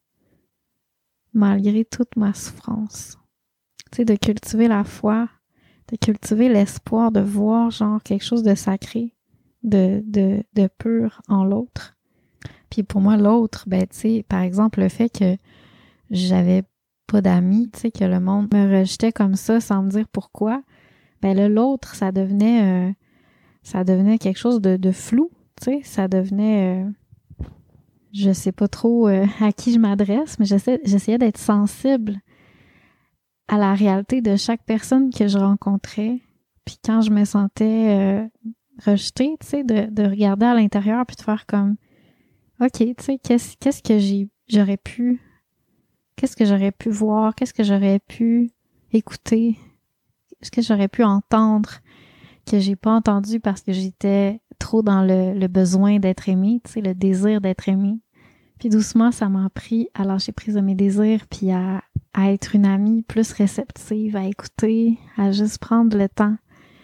malgré toute ma souffrance. Tu sais, de cultiver la foi, de cultiver l'espoir de voir genre quelque chose de sacré, de, de, de pur en l'autre. Puis pour moi, l'autre, ben tu sais, par exemple, le fait que j'avais pas d'amis, tu sais, que le monde me rejetait comme ça sans me dire pourquoi, ben là, l'autre, ça devenait euh, ça devenait quelque chose de, de flou, tu sais, ça devenait... Euh, je sais pas trop euh, à qui je m'adresse, mais j'essaie, j'essayais d'être sensible à la réalité de chaque personne que je rencontrais. Puis quand je me sentais euh, rejetée, tu sais, de, de regarder à l'intérieur puis de faire comme, OK, tu sais, qu'est-ce, qu'est-ce que j'ai, j'aurais pu, qu'est-ce que j'aurais pu voir, qu'est-ce que j'aurais pu écouter, qu'est-ce que j'aurais pu entendre que j'ai pas entendu parce que j'étais trop dans le, le besoin d'être aimée, tu sais, le désir d'être aimée. Puis doucement, ça m'a appris à lâcher prise de mes désirs puis à, à être une amie plus réceptive, à écouter, à juste prendre le temps.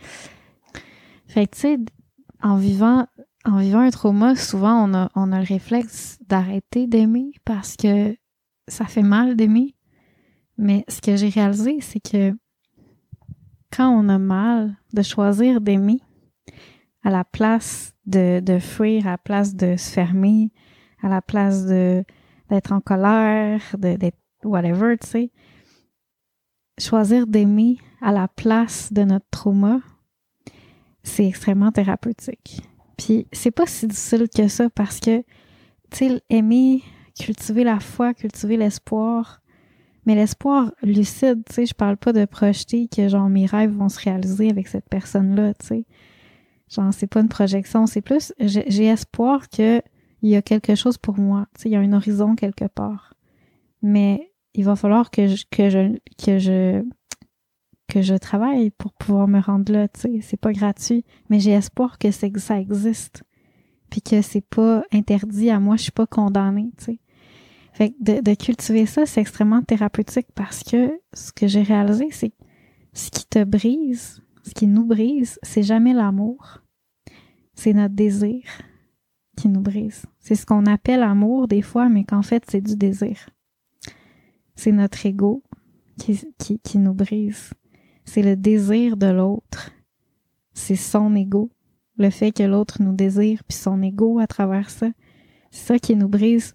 Fait que tu sais, en vivant en vivant un trauma, souvent on a on a le réflexe d'arrêter d'aimer parce que ça fait mal d'aimer. Mais ce que j'ai réalisé, c'est que quand on a mal, de choisir d'aimer à la place de, de fuir, à la place de se fermer, à la place de d'être en colère, de, d'être whatever, tu sais. Choisir d'aimer à la place de notre trauma, c'est extrêmement thérapeutique. Puis c'est pas si difficile que ça parce que, tu sais, aimer, cultiver la foi, cultiver l'espoir, mais l'espoir lucide, tu sais, je parle pas de projeter que genre mes rêves vont se réaliser avec cette personne-là, tu sais. Genre, c'est pas une projection, c'est plus, j'ai, j'ai espoir que il y a quelque chose pour moi, tu sais, il y a un horizon quelque part. Mais il va falloir que je, que je, que je, que je travaille pour pouvoir me rendre là, tu sais. C'est pas gratuit, mais j'ai espoir que c'est, ça existe. Puis que c'est pas interdit à moi, je suis pas condamnée, tu sais. Fait que de, de cultiver ça, c'est extrêmement thérapeutique parce que ce que j'ai réalisé, c'est que ce qui te brise, ce qui nous brise, c'est jamais l'amour. C'est notre désir qui nous brise. C'est ce qu'on appelle amour des fois, mais qu'en fait, c'est du désir. C'est notre ego qui, qui, qui nous brise. C'est le désir de l'autre. C'est son ego. Le fait que l'autre nous désire, puis son ego à travers ça. C'est ça qui nous brise.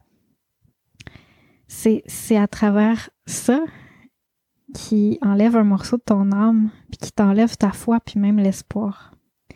C'est, c'est à travers ça qui enlève un morceau de ton âme, puis qui t'enlève ta foi, puis même l'espoir.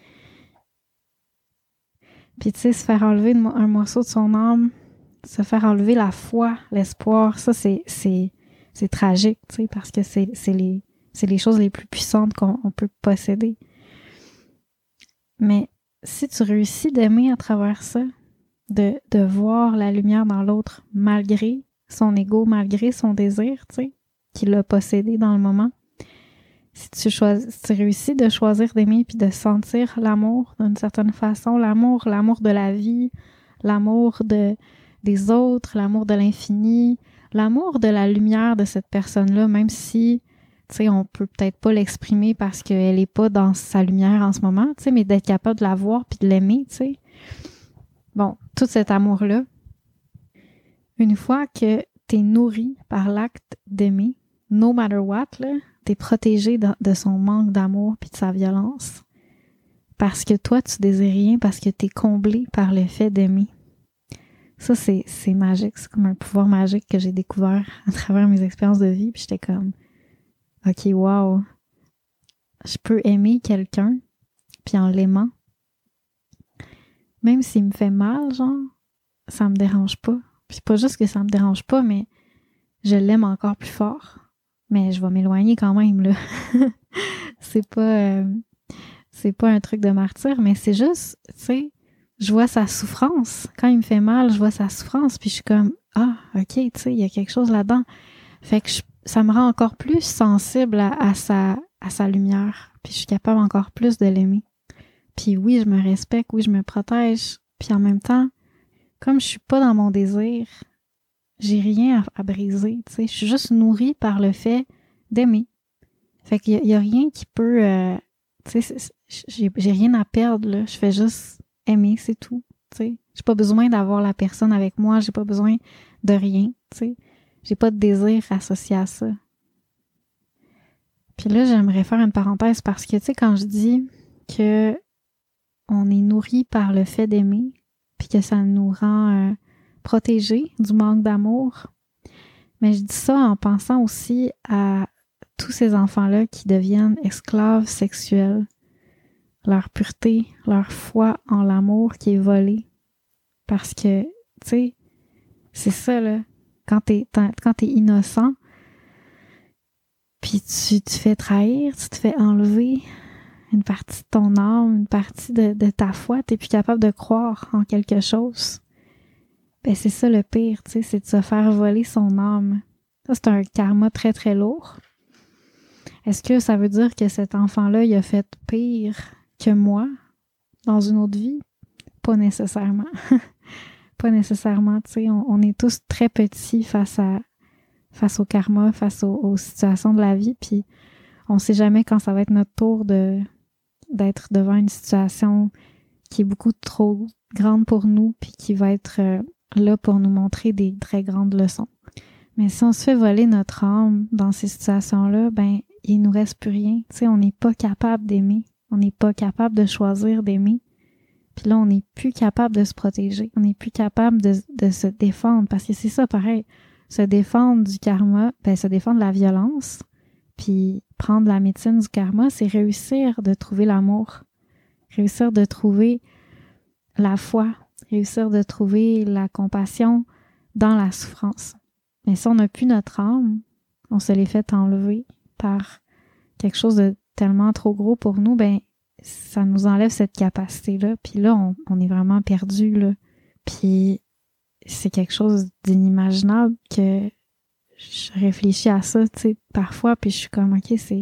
Puis tu sais, se faire enlever un morceau de son âme, se faire enlever la foi, l'espoir, ça c'est c'est c'est tragique, tu sais, parce que c'est c'est les c'est les choses les plus puissantes qu'on on peut posséder. Mais si tu réussis d'aimer à travers ça, de, de voir la lumière dans l'autre malgré son ego, malgré son désir, tu sais, qu'il a possédé dans le moment. Si tu, choisis, si tu réussis de choisir d'aimer puis de sentir l'amour d'une certaine façon, l'amour, l'amour de la vie, l'amour de, des autres, l'amour de l'infini, l'amour de la lumière de cette personne-là, même si, tu sais, on peut peut-être pas l'exprimer parce qu'elle est pas dans sa lumière en ce moment, tu sais, mais d'être capable de la voir puis de l'aimer, tu sais. Bon, tout cet amour-là, une fois que t'es nourri par l'acte d'aimer, no matter what, là, t'es protégé de, de son manque d'amour puis de sa violence. Parce que toi, tu désires rien, parce que t'es comblé par le fait d'aimer. Ça, c'est, c'est magique. C'est comme un pouvoir magique que j'ai découvert à travers mes expériences de vie. Puis j'étais comme, OK, wow. Je peux aimer quelqu'un, puis en l'aimant, même s'il me fait mal, genre, ça me dérange pas. Puis pas juste que ça me dérange pas, mais je l'aime encore plus fort. Mais je vais m'éloigner quand même, là. c'est pas... Euh, c'est pas un truc de martyr, mais c'est juste, tu sais, je vois sa souffrance. Quand il me fait mal, je vois sa souffrance, puis je suis comme, ah, OK, tu sais, il y a quelque chose là-dedans. Fait que je, ça me rend encore plus sensible à, à, sa, à sa lumière, puis je suis capable encore plus de l'aimer. Puis oui, je me respecte, oui, je me protège, puis en même temps, comme je suis pas dans mon désir, j'ai rien à, à briser, tu sais, je suis juste nourrie par le fait d'aimer. Fait qu'il y a, il y a rien qui peut, euh, tu sais, j'ai, j'ai rien à perdre, là, je fais juste aimer, c'est tout, tu sais. J'ai pas besoin d'avoir la personne avec moi, j'ai pas besoin de rien, tu sais. J'ai pas de désir associé à ça. Puis là, j'aimerais faire une parenthèse parce que, tu sais, quand je dis que on est nourri par le fait d'aimer, puis que ça nous rend euh, protégés du manque d'amour, mais je dis ça en pensant aussi à tous ces enfants-là qui deviennent esclaves sexuels, leur pureté, leur foi en l'amour qui est volée. Parce que, tu sais, c'est ça, là, quand t'es, quand t'es innocent, puis tu te fais trahir, tu te fais enlever une partie de ton âme, une partie de, de ta foi, t'es plus capable de croire en quelque chose. Ben c'est ça le pire, tu sais, c'est de se faire voler son âme. Ça, c'est un karma très, très lourd. Est-ce que ça veut dire que cet enfant-là, il a fait pire que moi dans une autre vie? Pas nécessairement. Pas nécessairement, tu sais, on, on est tous très petits face à face au karma, face aux, aux situations de la vie, puis on sait jamais quand ça va être notre tour de d'être devant une situation qui est beaucoup trop grande pour nous, puis qui va être euh, là pour nous montrer des très grandes leçons. Mais si on se fait voler notre âme dans ces situations-là, ben il nous reste plus rien. Tu sais, on n'est pas capable d'aimer. On n'est pas capable de choisir d'aimer. Puis là, on n'est plus capable de se protéger. On n'est plus capable de, de se défendre. Parce que c'est ça, pareil. Se défendre du karma, ben se défendre de la violence, puis prendre la médecine du karma, c'est réussir de trouver l'amour. Réussir de trouver la foi. Réussir de trouver la compassion dans la souffrance. Mais si on n'a plus notre âme, on se l'est fait enlever par quelque chose de tellement trop gros pour nous, ben ça nous enlève cette capacité-là. Puis là, on, on est vraiment perdu, là. Puis c'est quelque chose d'inimaginable que je réfléchis à ça, tu sais, parfois, puis je suis comme, OK, c'est...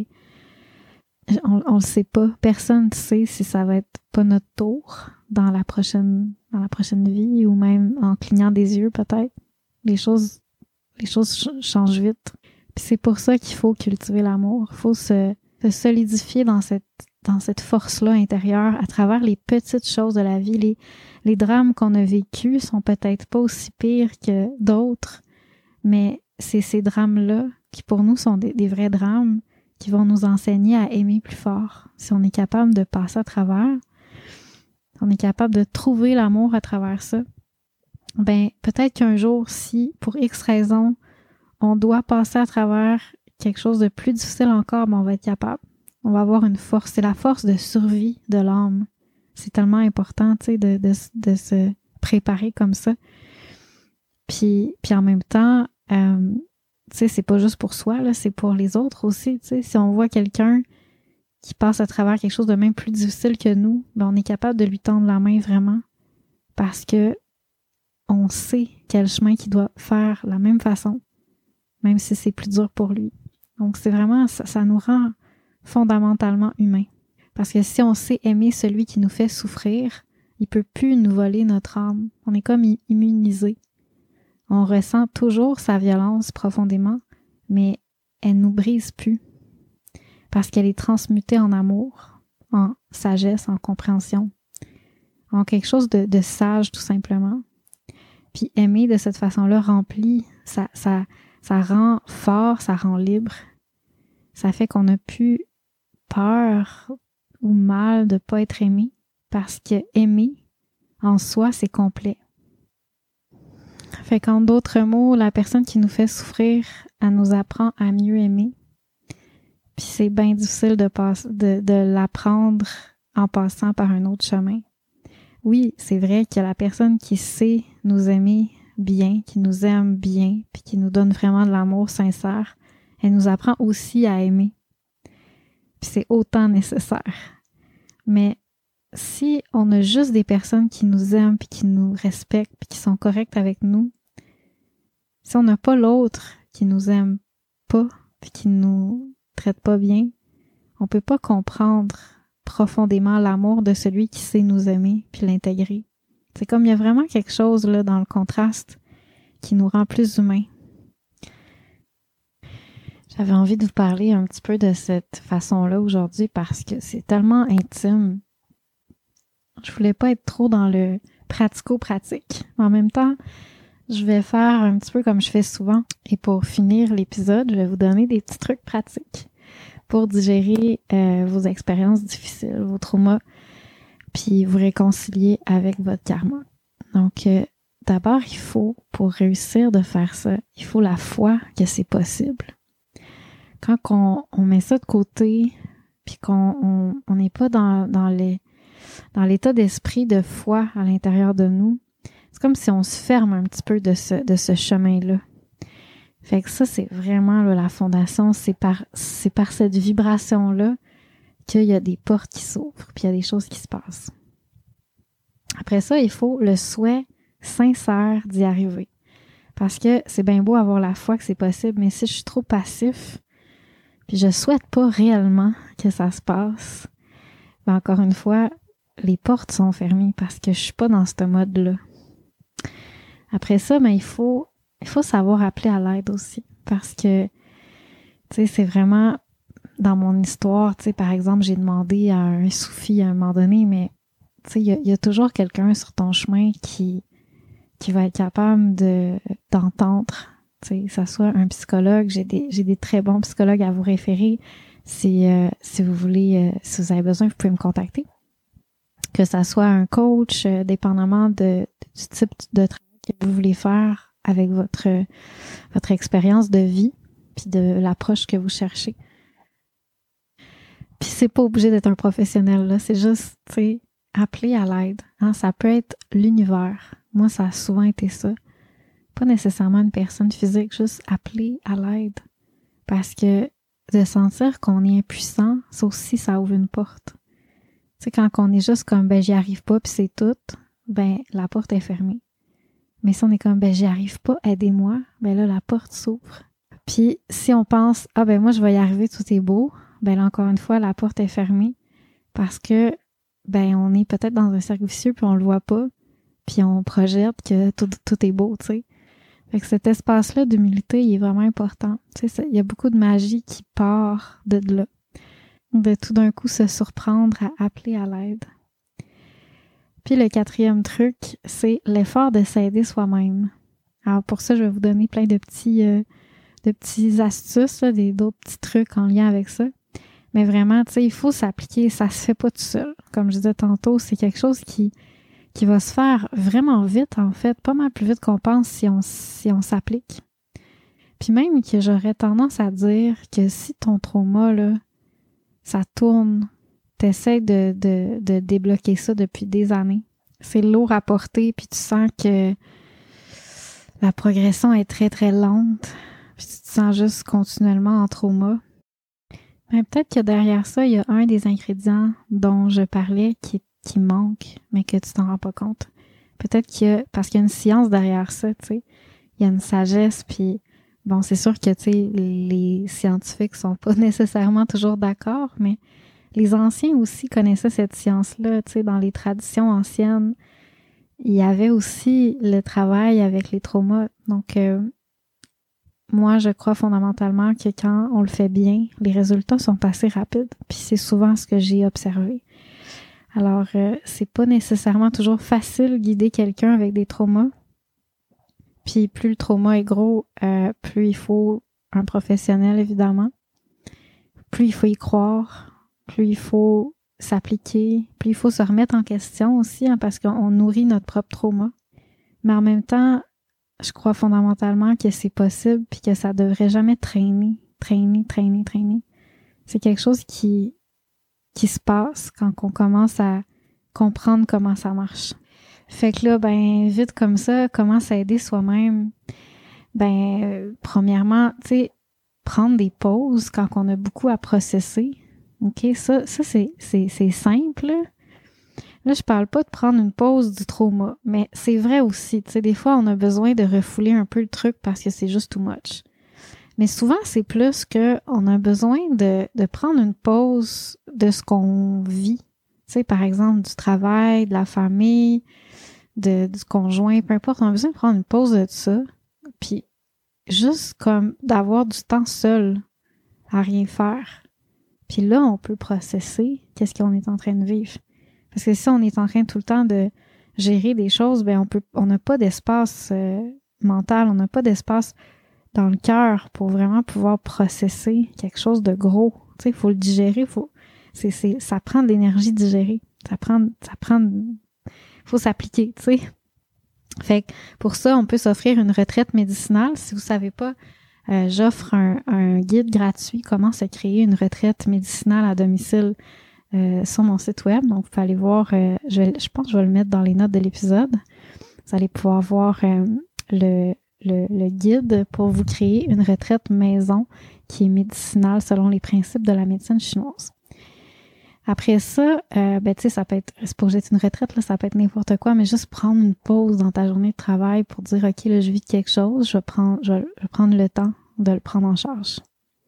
On, on le sait pas. Personne ne sait si ça va être pas notre tour dans la prochaine dans la prochaine vie, ou même en clignant des yeux, peut-être. Les choses les choses ch- changent vite. Puis c'est pour ça qu'il faut cultiver l'amour. Il faut se, se solidifier dans cette dans cette force-là intérieure à travers les petites choses de la vie. Les, les drames qu'on a vécus sont peut-être pas aussi pires que d'autres, mais c'est ces drames-là qui pour nous sont des, des vrais drames qui vont nous enseigner à aimer plus fort. Si on est capable de passer à travers, on est capable de trouver l'amour à travers ça, ben peut-être qu'un jour, si pour X raisons, on doit passer à travers quelque chose de plus difficile encore, ben on va être capable. On va avoir une force. C'est la force de survie de l'âme. C'est tellement important, tu sais, de, de, de se préparer comme ça. Puis, puis en même temps, euh, tu sais, c'est pas juste pour soi, là, c'est pour les autres aussi, tu sais. Si on voit quelqu'un qui passe à travers quelque chose de même plus difficile que nous, ben on est capable de lui tendre la main vraiment. Parce que on sait quel chemin qu'il doit faire la même façon, même si c'est plus dur pour lui. Donc, c'est vraiment, ça, ça nous rend fondamentalement humains. Parce que si on sait aimer celui qui nous fait souffrir, il peut plus nous voler notre âme. On est comme immunisé. On ressent toujours sa violence profondément, mais elle nous brise plus. Parce qu'elle est transmutée en amour, en sagesse, en compréhension, en quelque chose de, de sage tout simplement. Puis aimer de cette façon-là remplit, ça, ça, ça rend fort, ça rend libre. Ça fait qu'on n'a plus peur ou mal de ne pas être aimé, parce que aimer, en soi, c'est complet. Fait qu'en d'autres mots, la personne qui nous fait souffrir, elle nous apprend à mieux aimer. Puis c'est bien difficile de, passe, de, de l'apprendre en passant par un autre chemin. Oui, c'est vrai que la personne qui sait nous aimer bien, qui nous aime bien, puis qui nous donne vraiment de l'amour sincère, elle nous apprend aussi à aimer. Puis c'est autant nécessaire. Mais si on a juste des personnes qui nous aiment, puis qui nous respectent, puis qui sont correctes avec nous, si on n'a pas l'autre qui nous aime pas, puis qui nous traite pas bien, on peut pas comprendre profondément l'amour de celui qui sait nous aimer, puis l'intégrer. C'est comme il y a vraiment quelque chose là dans le contraste qui nous rend plus humains. J'avais envie de vous parler un petit peu de cette façon-là aujourd'hui parce que c'est tellement intime. Je voulais pas être trop dans le pratico-pratique. En même temps, je vais faire un petit peu comme je fais souvent. Et pour finir l'épisode, je vais vous donner des petits trucs pratiques pour digérer euh, vos expériences difficiles, vos traumas, puis vous réconcilier avec votre karma. Donc, euh, d'abord, il faut, pour réussir de faire ça, il faut la foi que c'est possible. Quand on, on met ça de côté, puis qu'on on n'est pas dans, dans, les, dans l'état d'esprit de foi à l'intérieur de nous, c'est comme si on se ferme un petit peu de ce, de ce chemin-là. Fait que ça, c'est vraiment là, la fondation, c'est par, c'est par cette vibration-là qu'il y a des portes qui s'ouvrent, puis il y a des choses qui se passent. Après ça, il faut le souhait sincère d'y arriver. Parce que c'est bien beau avoir la foi que c'est possible, mais si je suis trop passif, puis je souhaite pas réellement que ça se passe, ben encore une fois, les portes sont fermées parce que je suis pas dans ce mode-là. Après ça, ben il faut, il faut savoir appeler à l'aide aussi. Parce que, tu sais, c'est vraiment dans mon histoire, tu sais, par exemple, j'ai demandé à un soufi à un moment donné, mais tu sais, il y a, y a toujours quelqu'un sur ton chemin qui, qui va être capable de, d'entendre. Tu sais, que ça soit un psychologue, j'ai des, j'ai des très bons psychologues à vous référer. Si, euh, si vous voulez, euh, si vous avez besoin, vous pouvez me contacter. Que ça soit un coach, euh, dépendamment de, du type de travail que vous voulez faire avec votre, votre expérience de vie, puis de l'approche que vous cherchez. Puis c'est pas obligé d'être un professionnel, là. C'est juste, tu sais, appeler à l'aide. Hein? Ça peut être l'univers. Moi, ça a souvent été ça. Pas nécessairement une personne physique, juste appeler à l'aide. Parce que de sentir qu'on est impuissant, ça aussi, ça ouvre une porte. Tu sais, quand on est juste comme, ben, j'y arrive pas, puis c'est tout, ben, la porte est fermée. Mais si on est comme, ben, j'y arrive pas, aidez-moi, ben là, la porte s'ouvre. Puis, si on pense, ah, ben, moi, je vais y arriver, tout est beau, ben, là, encore une fois, la porte est fermée. Parce que, ben, on est peut-être dans un cercle vicieux, puis on le voit pas, puis on projette que tout, tout est beau, tu sais. Fait que cet espace-là d'humilité, il est vraiment important. Tu sais, il y a beaucoup de magie qui part de là. De tout d'un coup se surprendre à appeler à l'aide. Puis le quatrième truc, c'est l'effort de s'aider soi-même. Alors pour ça, je vais vous donner plein de petits, euh, de petits astuces, là, des, d'autres petits trucs en lien avec ça. Mais vraiment, tu sais, il faut s'appliquer. Ça se fait pas tout seul. Comme je disais tantôt, c'est quelque chose qui qui va se faire vraiment vite, en fait, pas mal plus vite qu'on pense si on, si on s'applique. Puis même que j'aurais tendance à dire que si ton trauma, là, ça tourne, t'essaies de, de, de débloquer ça depuis des années. C'est lourd à porter, puis tu sens que la progression est très, très lente, puis tu te sens juste continuellement en trauma. Mais peut-être que derrière ça, il y a un des ingrédients dont je parlais qui est qui manque, mais que tu t'en rends pas compte. Peut-être qu'il y a, parce qu'il y a une science derrière ça, tu sais. Il y a une sagesse, puis bon, c'est sûr que, tu sais, les scientifiques sont pas nécessairement toujours d'accord, mais les anciens aussi connaissaient cette science-là, tu sais, dans les traditions anciennes. Il y avait aussi le travail avec les traumas. Donc, euh, moi, je crois fondamentalement que quand on le fait bien, les résultats sont assez rapides. Puis c'est souvent ce que j'ai observé. Alors, euh, c'est pas nécessairement toujours facile de guider quelqu'un avec des traumas. Puis plus le trauma est gros, euh, plus il faut un professionnel, évidemment. Plus il faut y croire, plus il faut s'appliquer, plus il faut se remettre en question aussi, hein, parce qu'on nourrit notre propre trauma. Mais en même temps, je crois fondamentalement que c'est possible puis que ça devrait jamais traîner, traîner, traîner, traîner. C'est quelque chose qui, qui se passe quand on commence à comprendre comment ça marche. Fait que là, ben, vite comme ça, comment s'aider soi-même? Ben, euh, premièrement, tu sais, prendre des pauses quand on a beaucoup à processer. OK? Ça, ça c'est, c'est, c'est simple. Là, je parle pas de prendre une pause du trauma, mais c'est vrai aussi. Tu sais, des fois, on a besoin de refouler un peu le truc parce que c'est juste too much. Mais souvent, c'est plus que on a besoin de, de prendre une pause de ce qu'on vit. Tu sais, par exemple, du travail, de la famille, de, du conjoint, peu importe. On a besoin de prendre une pause de ça. Puis, juste comme d'avoir du temps seul à rien faire. Puis là, on peut processer qu'est-ce qu'on est en train de vivre. Parce que si on est en train tout le temps de gérer des choses, ben on peut, on n'a pas d'espace euh, mental, on n'a pas d'espace dans le cœur pour vraiment pouvoir processer quelque chose de gros. Tu sais, il faut le digérer, faut, c'est, c'est, ça prend de l'énergie digérée. Ça prend, ça prend, faut s'appliquer, tu sais. Fait que pour ça, on peut s'offrir une retraite médicinale. Si vous savez pas, euh, j'offre un, un guide gratuit comment se créer une retraite médicinale à domicile euh, sur mon site web. Donc, vous pouvez aller voir, euh, je, vais, je pense que je vais le mettre dans les notes de l'épisode. Vous allez pouvoir voir euh, le, le, le guide pour vous créer une retraite maison qui est médicinale selon les principes de la médecine chinoise. Après ça, euh, ben tu sais, ça peut être, c'est pas juste une retraite, là, ça peut être n'importe quoi, mais juste prendre une pause dans ta journée de travail pour dire, OK, là, je vis quelque chose, je vais prendre, je vais, je vais prendre le temps de le prendre en charge.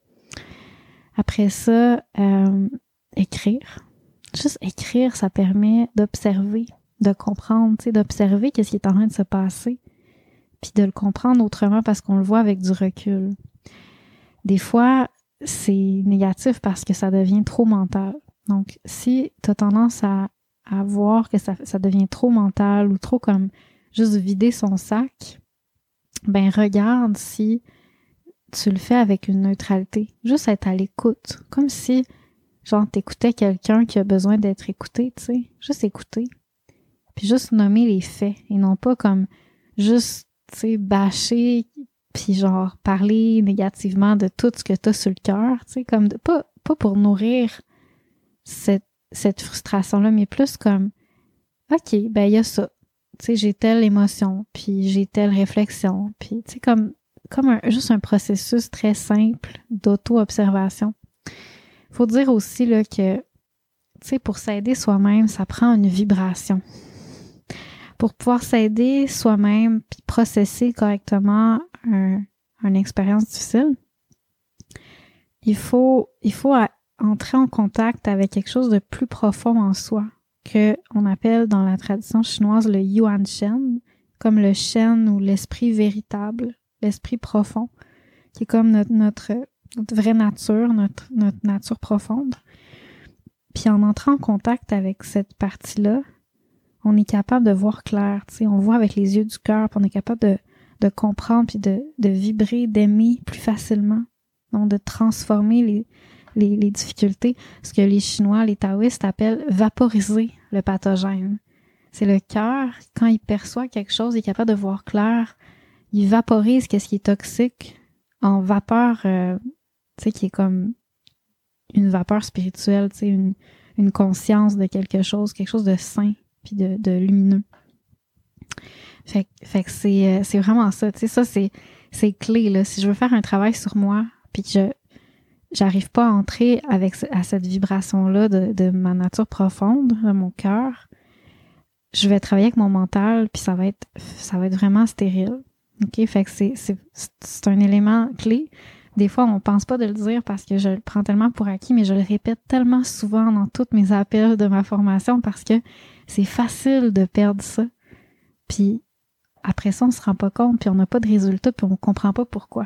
Après ça, euh, écrire. Juste écrire, ça permet d'observer, de comprendre, tu sais, d'observer qu'est-ce qui est en train de se passer, puis de le comprendre autrement parce qu'on le voit avec du recul. Des fois, c'est négatif parce que ça devient trop mental. Donc, si tu as tendance à, à voir que ça, ça devient trop mental ou trop comme juste vider son sac, ben regarde si tu le fais avec une neutralité. Juste être à l'écoute. Comme si, genre, t'écoutais quelqu'un qui a besoin d'être écouté, tu sais. Juste écouter. Puis juste nommer les faits. Et non pas comme juste, tu sais, bâcher puis genre parler négativement de tout ce que t'as sur le cœur, tu sais. Comme de, pas, pas pour nourrir cette, cette frustration-là, mais plus comme, OK, ben il y a ça. Tu sais, j'ai telle émotion, puis j'ai telle réflexion, puis tu sais, comme, comme un, juste un processus très simple d'auto-observation. Faut dire aussi là que, tu sais, pour s'aider soi-même, ça prend une vibration. Pour pouvoir s'aider soi-même, puis processer correctement un, une expérience difficile, il faut, il faut à, entrer en contact avec quelque chose de plus profond en soi, que on appelle dans la tradition chinoise le Yuan Shen, comme le Shen ou l'esprit véritable, l'esprit profond, qui est comme notre, notre, notre vraie nature, notre, notre nature profonde. Puis en entrant en contact avec cette partie-là, on est capable de voir clair, tu sais, on voit avec les yeux du cœur, puis on est capable de, de comprendre, puis de, de vibrer, d'aimer plus facilement, donc de transformer les Les, les difficultés, ce que les Chinois, les taoïstes appellent vaporiser le pathogène. C'est le cœur, quand il perçoit quelque chose, il est capable de voir clair, il vaporise ce qui est toxique en vapeur, euh, tu sais, qui est comme une vapeur spirituelle, tu sais, une, une conscience de quelque chose, quelque chose de sain puis de, de lumineux. Fait, fait que c'est, c'est vraiment ça, tu sais, ça c'est, c'est clé, là. Si je veux faire un travail sur moi, puis que je j'arrive pas à entrer avec à cette vibration-là de, de ma nature profonde, de mon cœur, je vais travailler avec mon mental, puis ça va être ça va être vraiment stérile. OK? Fait que c'est, c'est, c'est un élément clé. Des fois, on pense pas de le dire parce que je le prends tellement pour acquis, mais je le répète tellement souvent dans tous mes appels de ma formation parce que c'est facile de perdre ça. Puis après ça, on se rend pas compte, puis on n'a pas de résultat, puis on comprend pas pourquoi.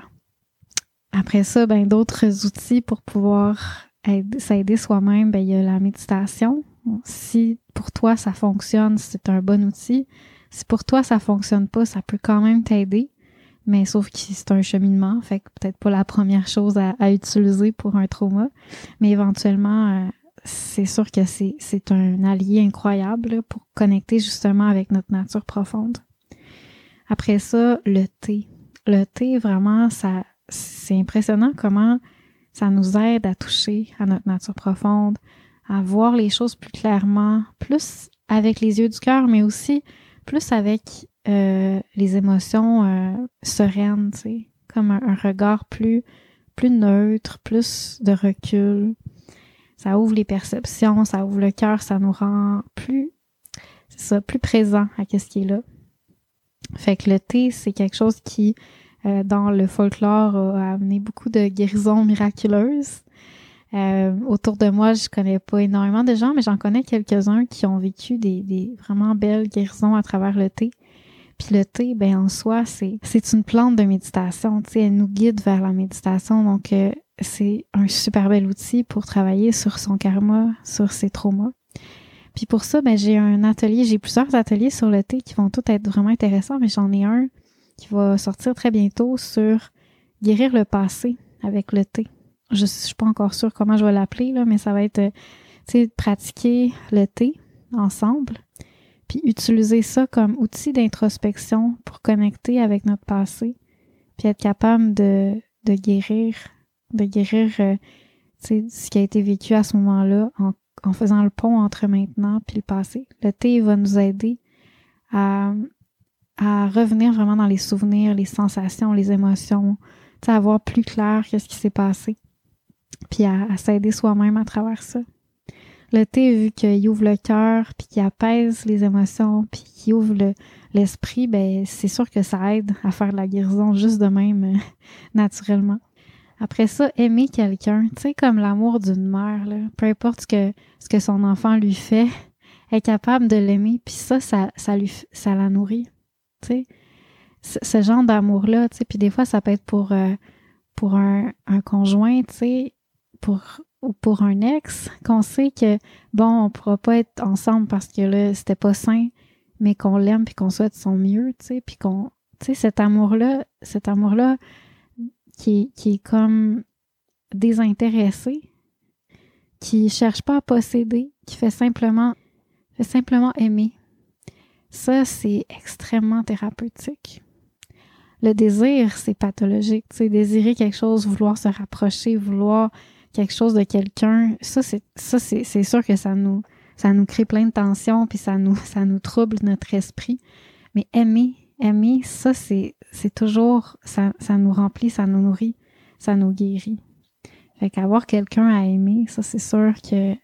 Après ça, ben d'autres outils pour pouvoir aider, s'aider soi-même, ben il y a la méditation. Si pour toi ça fonctionne, c'est un bon outil. Si pour toi ça fonctionne pas, ça peut quand même t'aider. Mais sauf que c'est un cheminement, fait que peut-être pas la première chose à, à utiliser pour un trauma. Mais éventuellement, euh, c'est sûr que c'est, c'est un allié incroyable là, pour connecter justement avec notre nature profonde. Après ça, le thé. Le thé, vraiment, ça, c'est impressionnant comment ça nous aide à toucher à notre nature profonde, à voir les choses plus clairement, plus avec les yeux du cœur, mais aussi plus avec euh, les émotions euh, sereines, tu sais, comme un, un regard plus, plus neutre, plus de recul. Ça ouvre les perceptions, ça ouvre le cœur, ça nous rend plus, c'est ça, plus présent à ce qui est là. Fait que le thé, c'est quelque chose qui, euh, dans le folklore, a amené beaucoup de guérisons miraculeuses. Euh, autour de moi, je connais pas énormément de gens, mais j'en connais quelques-uns qui ont vécu des, des vraiment belles guérisons à travers le thé. Puis le thé, ben en soi, c'est c'est une plante de méditation, tu sais, elle nous guide vers la méditation, donc euh, c'est un super bel outil pour travailler sur son karma, sur ses traumas. Puis pour ça, ben j'ai un atelier, j'ai plusieurs ateliers sur le thé qui vont tous être vraiment intéressants, mais j'en ai un qui va sortir très bientôt sur guérir le passé avec le thé. Je, je suis pas encore sûre comment je vais l'appeler, là, mais ça va être, tu sais, pratiquer le thé ensemble, puis utiliser ça comme outil d'introspection pour connecter avec notre passé, puis être capable de, de guérir, de guérir, euh, tu sais, ce qui a été vécu à ce moment-là en, en faisant le pont entre maintenant puis le passé. Le thé va nous aider à, à revenir vraiment dans les souvenirs, les sensations, les émotions, tu sais, à voir plus clair qu'est-ce qui s'est passé, puis à, à s'aider soi-même à travers ça. Le thé, vu qu'il ouvre le cœur, puis qu'il apaise les émotions, puis qu'il ouvre le, l'esprit, ben c'est sûr que ça aide à faire de la guérison juste de même, euh, naturellement. Après ça, aimer quelqu'un, tu sais, comme l'amour d'une mère, là, peu importe ce que, ce que son enfant lui fait, être capable de l'aimer, puis ça, ça, ça, lui, ça la nourrit, tu sais. Ce, ce genre d'amour-là, tu sais, puis des fois, ça peut être pour, euh, pour un, un conjoint, tu sais, pour... ou pour un ex, qu'on sait que, bon, on pourra pas être ensemble parce que là, c'était pas sain, mais qu'on l'aime puis qu'on souhaite son mieux, tu sais, puis qu'on, tu sais, cet amour-là, cet amour-là qui est, qui est comme désintéressé, qui cherche pas à posséder, qui fait simplement, fait simplement aimer. Ça, c'est extrêmement thérapeutique. Le désir, c'est pathologique, tu sais, désirer quelque chose, vouloir se rapprocher, vouloir quelque chose de quelqu'un, ça c'est ça c'est c'est sûr que ça nous ça nous crée plein de tensions puis ça nous ça nous trouble notre esprit. Mais aimer, aimer, ça c'est c'est toujours ça ça nous remplit, ça nous nourrit, ça nous guérit. Fait qu'avoir quelqu'un à aimer, ça c'est sûr que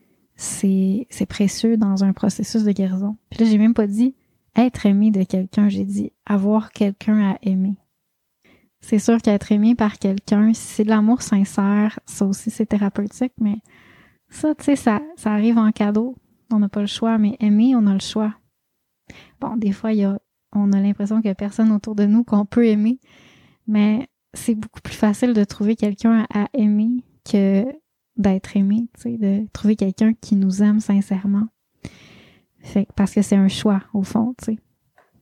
c'est c'est précieux dans un processus de guérison. Puis là, j'ai même pas dit être aimé de quelqu'un, j'ai dit avoir quelqu'un à aimer. C'est sûr qu'être aimé par quelqu'un, si c'est de l'amour sincère, ça aussi c'est thérapeutique, mais ça, tu sais, ça, ça arrive en cadeau. On n'a pas le choix, mais aimer, on a le choix. Bon, des fois, il y a, on a l'impression qu'il n'y a personne autour de nous qu'on peut aimer, mais c'est beaucoup plus facile de trouver quelqu'un à aimer que d'être aimé, tu sais, de trouver quelqu'un qui nous aime sincèrement. Fait, parce que c'est un choix, au fond, tu sais.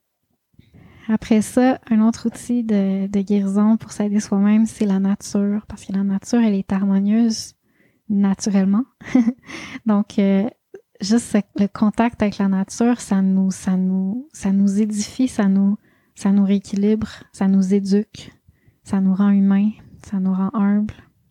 Après ça, un autre outil de, de guérison pour s'aider soi-même, c'est la nature, parce que la nature, elle est harmonieuse naturellement. Donc, euh, juste le contact avec la nature, ça nous, ça nous, ça nous édifie, ça nous, ça nous rééquilibre, ça nous éduque, ça nous rend humains, ça nous rend humbles.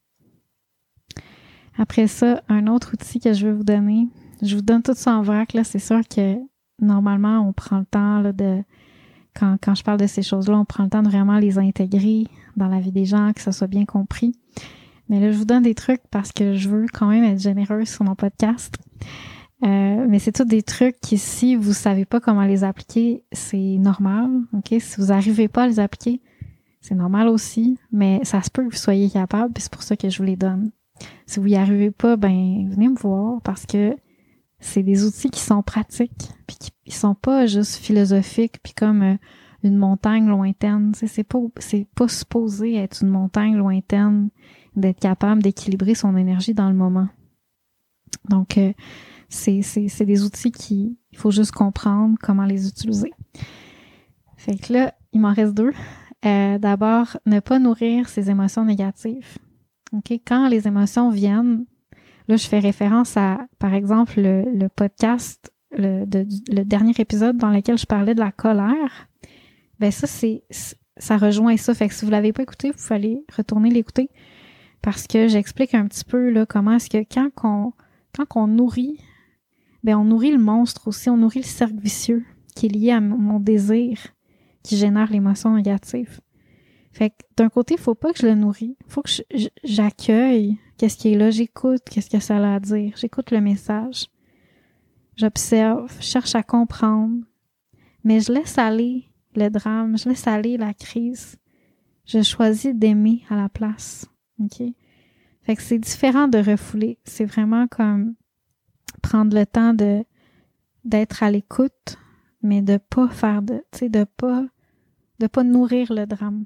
Après ça, un autre outil que je veux vous donner, je vous donne tout ça en vrac, là, c'est sûr que normalement, on prend le temps là, de Quand, quand je parle de ces choses-là, on prend le temps de vraiment les intégrer dans la vie des gens, que ça soit bien compris. Mais là, je vous donne des trucs parce que je veux quand même être généreuse sur mon podcast. Euh, mais c'est tous des trucs qui, si vous savez pas comment les appliquer, c'est normal. Ok, si vous n'arrivez pas à les appliquer, c'est normal aussi. Mais ça se peut que vous soyez capable, puis c'est pour ça que je vous les donne. Si vous y arrivez pas, ben venez me voir parce que c'est des outils qui sont pratiques, puis qui ils sont pas juste philosophiques, puis comme euh, une montagne lointaine. Tu sais, c'est pas c'est pas supposé être une montagne lointaine, d'être capable d'équilibrer son énergie dans le moment. Donc euh, C'est, c'est, c'est des outils qui, il faut juste comprendre comment les utiliser. Fait que là, il m'en reste deux. Euh, d'abord, ne pas nourrir ses émotions négatives. OK? Quand les émotions viennent, là, je fais référence à, par exemple, le, le podcast, le, de, le dernier épisode dans lequel je parlais de la colère. Ben ça, c'est, ça rejoint ça. Fait que si vous l'avez pas écouté, vous pouvez aller retourner l'écouter parce que j'explique un petit peu là comment est-ce que quand qu'on, quand qu'on nourrit ben on nourrit le monstre aussi, on nourrit le cercle vicieux qui est lié à mon désir qui génère l'émotion négative. Fait que d'un côté, il faut pas que je le nourris, il faut que je, j'accueille qu'est-ce qui est là, j'écoute qu'est-ce que ça a à dire, j'écoute le message, j'observe, je cherche à comprendre, mais je laisse aller le drame, je laisse aller la crise, je choisis d'aimer à la place, ok? Fait que c'est différent de refouler, c'est vraiment comme prendre le temps de d'être à l'écoute, mais de pas faire de, tu sais, de pas de pas nourrir le drame.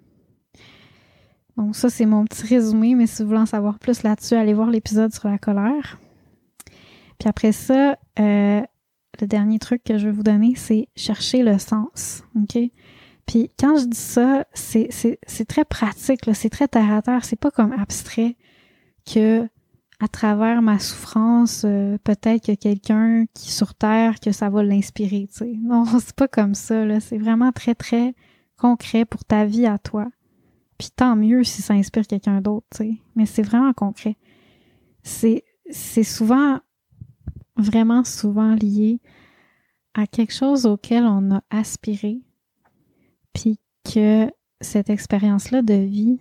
Donc ça, c'est mon petit résumé, mais si vous voulez en savoir plus là-dessus, allez voir l'épisode sur la colère. Puis après ça, euh, le dernier truc que je vais vous donner, c'est chercher le sens, ok? Puis quand je dis ça, c'est c'est c'est très pratique, là, c'est très terre à terre, c'est pas comme abstrait que à travers ma souffrance, euh, peut-être qu'il y a quelqu'un qui sur Terre, que ça va l'inspirer, tu sais. Non, c'est pas comme ça, là. C'est vraiment très, très concret pour ta vie à toi. Puis tant mieux si ça inspire quelqu'un d'autre, tu sais. Mais c'est vraiment concret. C'est, c'est souvent, vraiment souvent lié à quelque chose auquel on a aspiré, puis que cette expérience-là de vie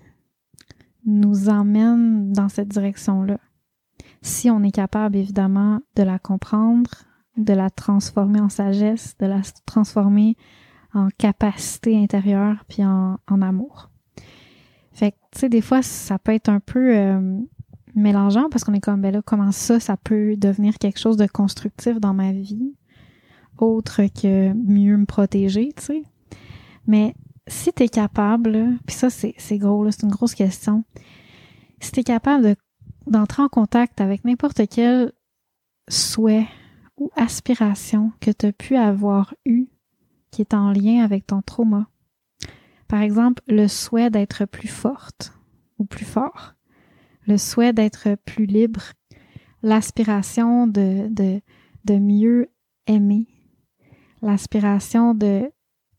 nous emmène dans cette direction-là. Si on est capable, évidemment, de la comprendre, de la transformer en sagesse, de la transformer en capacité intérieure puis en, en amour. Fait que, tu sais, des fois, ça peut être un peu euh, mélangeant parce qu'on est comme, ben là, comment ça, ça peut devenir quelque chose de constructif dans ma vie, autre que mieux me protéger, tu sais. Mais si t'es capable, puis ça, c'est, c'est gros, là, c'est une grosse question, si t'es capable de d'entrer en contact avec n'importe quel souhait ou aspiration que tu as pu avoir eu qui est en lien avec ton trauma. Par exemple, le souhait d'être plus forte ou plus fort, le souhait d'être plus libre, l'aspiration de, de, de mieux aimer, l'aspiration de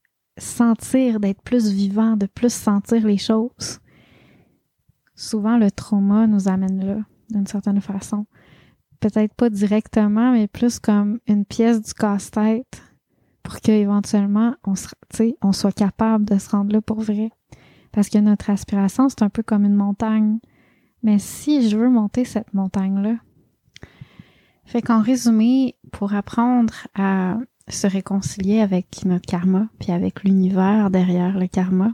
sentir, d'être plus vivant, de plus sentir les choses. Souvent, le trauma nous amène là, d'une certaine façon. Peut-être pas directement, mais plus comme une pièce du casse-tête pour qu'éventuellement, on, se, on soit capable de se rendre là pour vrai. Parce que notre aspiration, c'est un peu comme une montagne. Mais si je veux monter cette montagne-là, fait qu'en résumé, pour apprendre à se réconcilier avec notre karma, puis avec l'univers derrière le karma,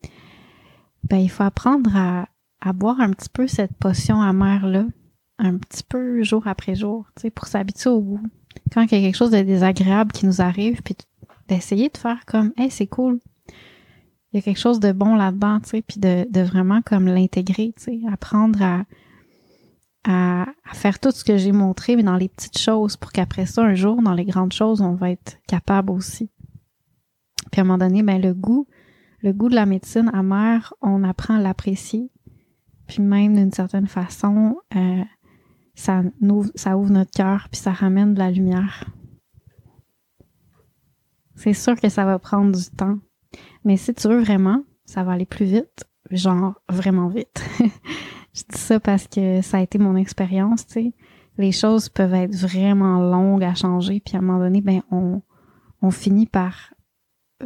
ben il faut apprendre à à boire un petit peu cette potion amère-là, un petit peu jour après jour, tu sais, pour s'habituer au goût. Quand il y a quelque chose de désagréable qui nous arrive, puis d'essayer de faire comme « Hey, c'est cool! » Il y a quelque chose de bon là-dedans, tu sais, puis de, de vraiment comme l'intégrer, tu sais, apprendre à, à, à faire tout ce que j'ai montré, mais dans les petites choses, pour qu'après ça, un jour, dans les grandes choses, on va être capable aussi. Puis à un moment donné, ben le goût, le goût de la médecine amère, on apprend à l'apprécier. Puis même d'une certaine façon, euh, ça, nous, ça ouvre notre cœur puis ça ramène de la lumière. C'est sûr que ça va prendre du temps, mais si tu veux vraiment, ça va aller plus vite, genre vraiment vite. Je dis ça parce que ça a été mon expérience, tu sais. Les choses peuvent être vraiment longues à changer, puis à un moment donné, ben on, on finit par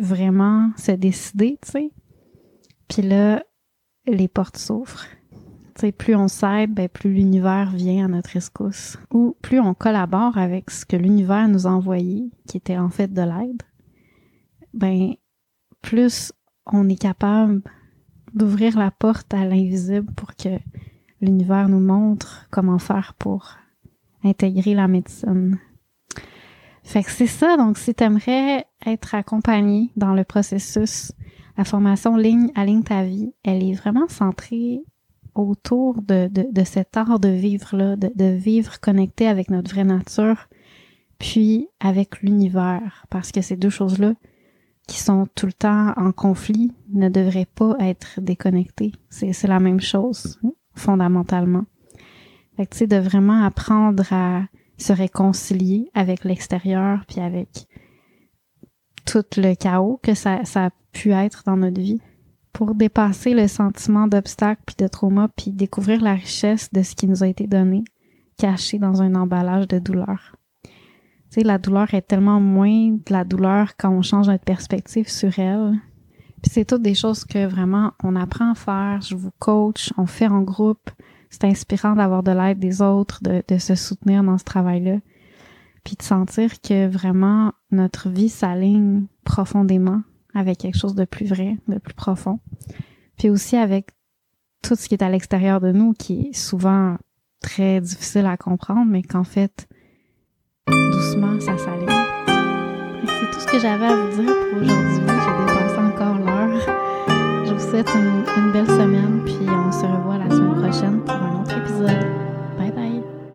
vraiment se décider, tu sais. Puis là, les portes s'ouvrent. Tu sais, plus on s'aide, ben plus l'univers vient à notre rescousse. Ou plus on collabore avec ce que l'univers nous a envoyé, qui était en fait de l'aide, ben plus on est capable d'ouvrir la porte à l'invisible pour que l'univers nous montre comment faire pour intégrer la médecine. Fait que c'est ça, donc si t'aimerais être accompagné dans le processus, la formation Ligne Aligne ta vie, elle est vraiment centrée autour de, de, de cet art de vivre-là, de, de vivre connecté avec notre vraie nature, puis avec l'univers, parce que ces deux choses-là qui sont tout le temps en conflit ne devraient pas être déconnectées. C'est, c'est la même chose, fondamentalement. Fait que tu sais, de vraiment apprendre à se réconcilier avec l'extérieur, puis avec tout le chaos que ça, ça a pu être dans notre vie, pour dépasser le sentiment d'obstacle puis de trauma, puis découvrir la richesse de ce qui nous a été donné, caché dans un emballage de douleur. Tu sais, la douleur est tellement moins de la douleur quand on change notre perspective sur elle. Puis c'est toutes des choses que vraiment on apprend à faire, je vous coach, on fait en groupe. C'est inspirant d'avoir de l'aide des autres, de, de se soutenir dans ce travail-là. Puis de sentir que vraiment notre vie s'aligne profondément avec quelque chose de plus vrai, de plus profond. Puis aussi avec tout ce qui est à l'extérieur de nous, qui est souvent très difficile à comprendre, mais qu'en fait, doucement, ça s'aligne. C'est tout ce que j'avais à vous dire pour aujourd'hui. J'ai dépassé encore l'heure. Je vous souhaite une, une belle semaine, puis on se revoit la semaine prochaine pour un autre épisode.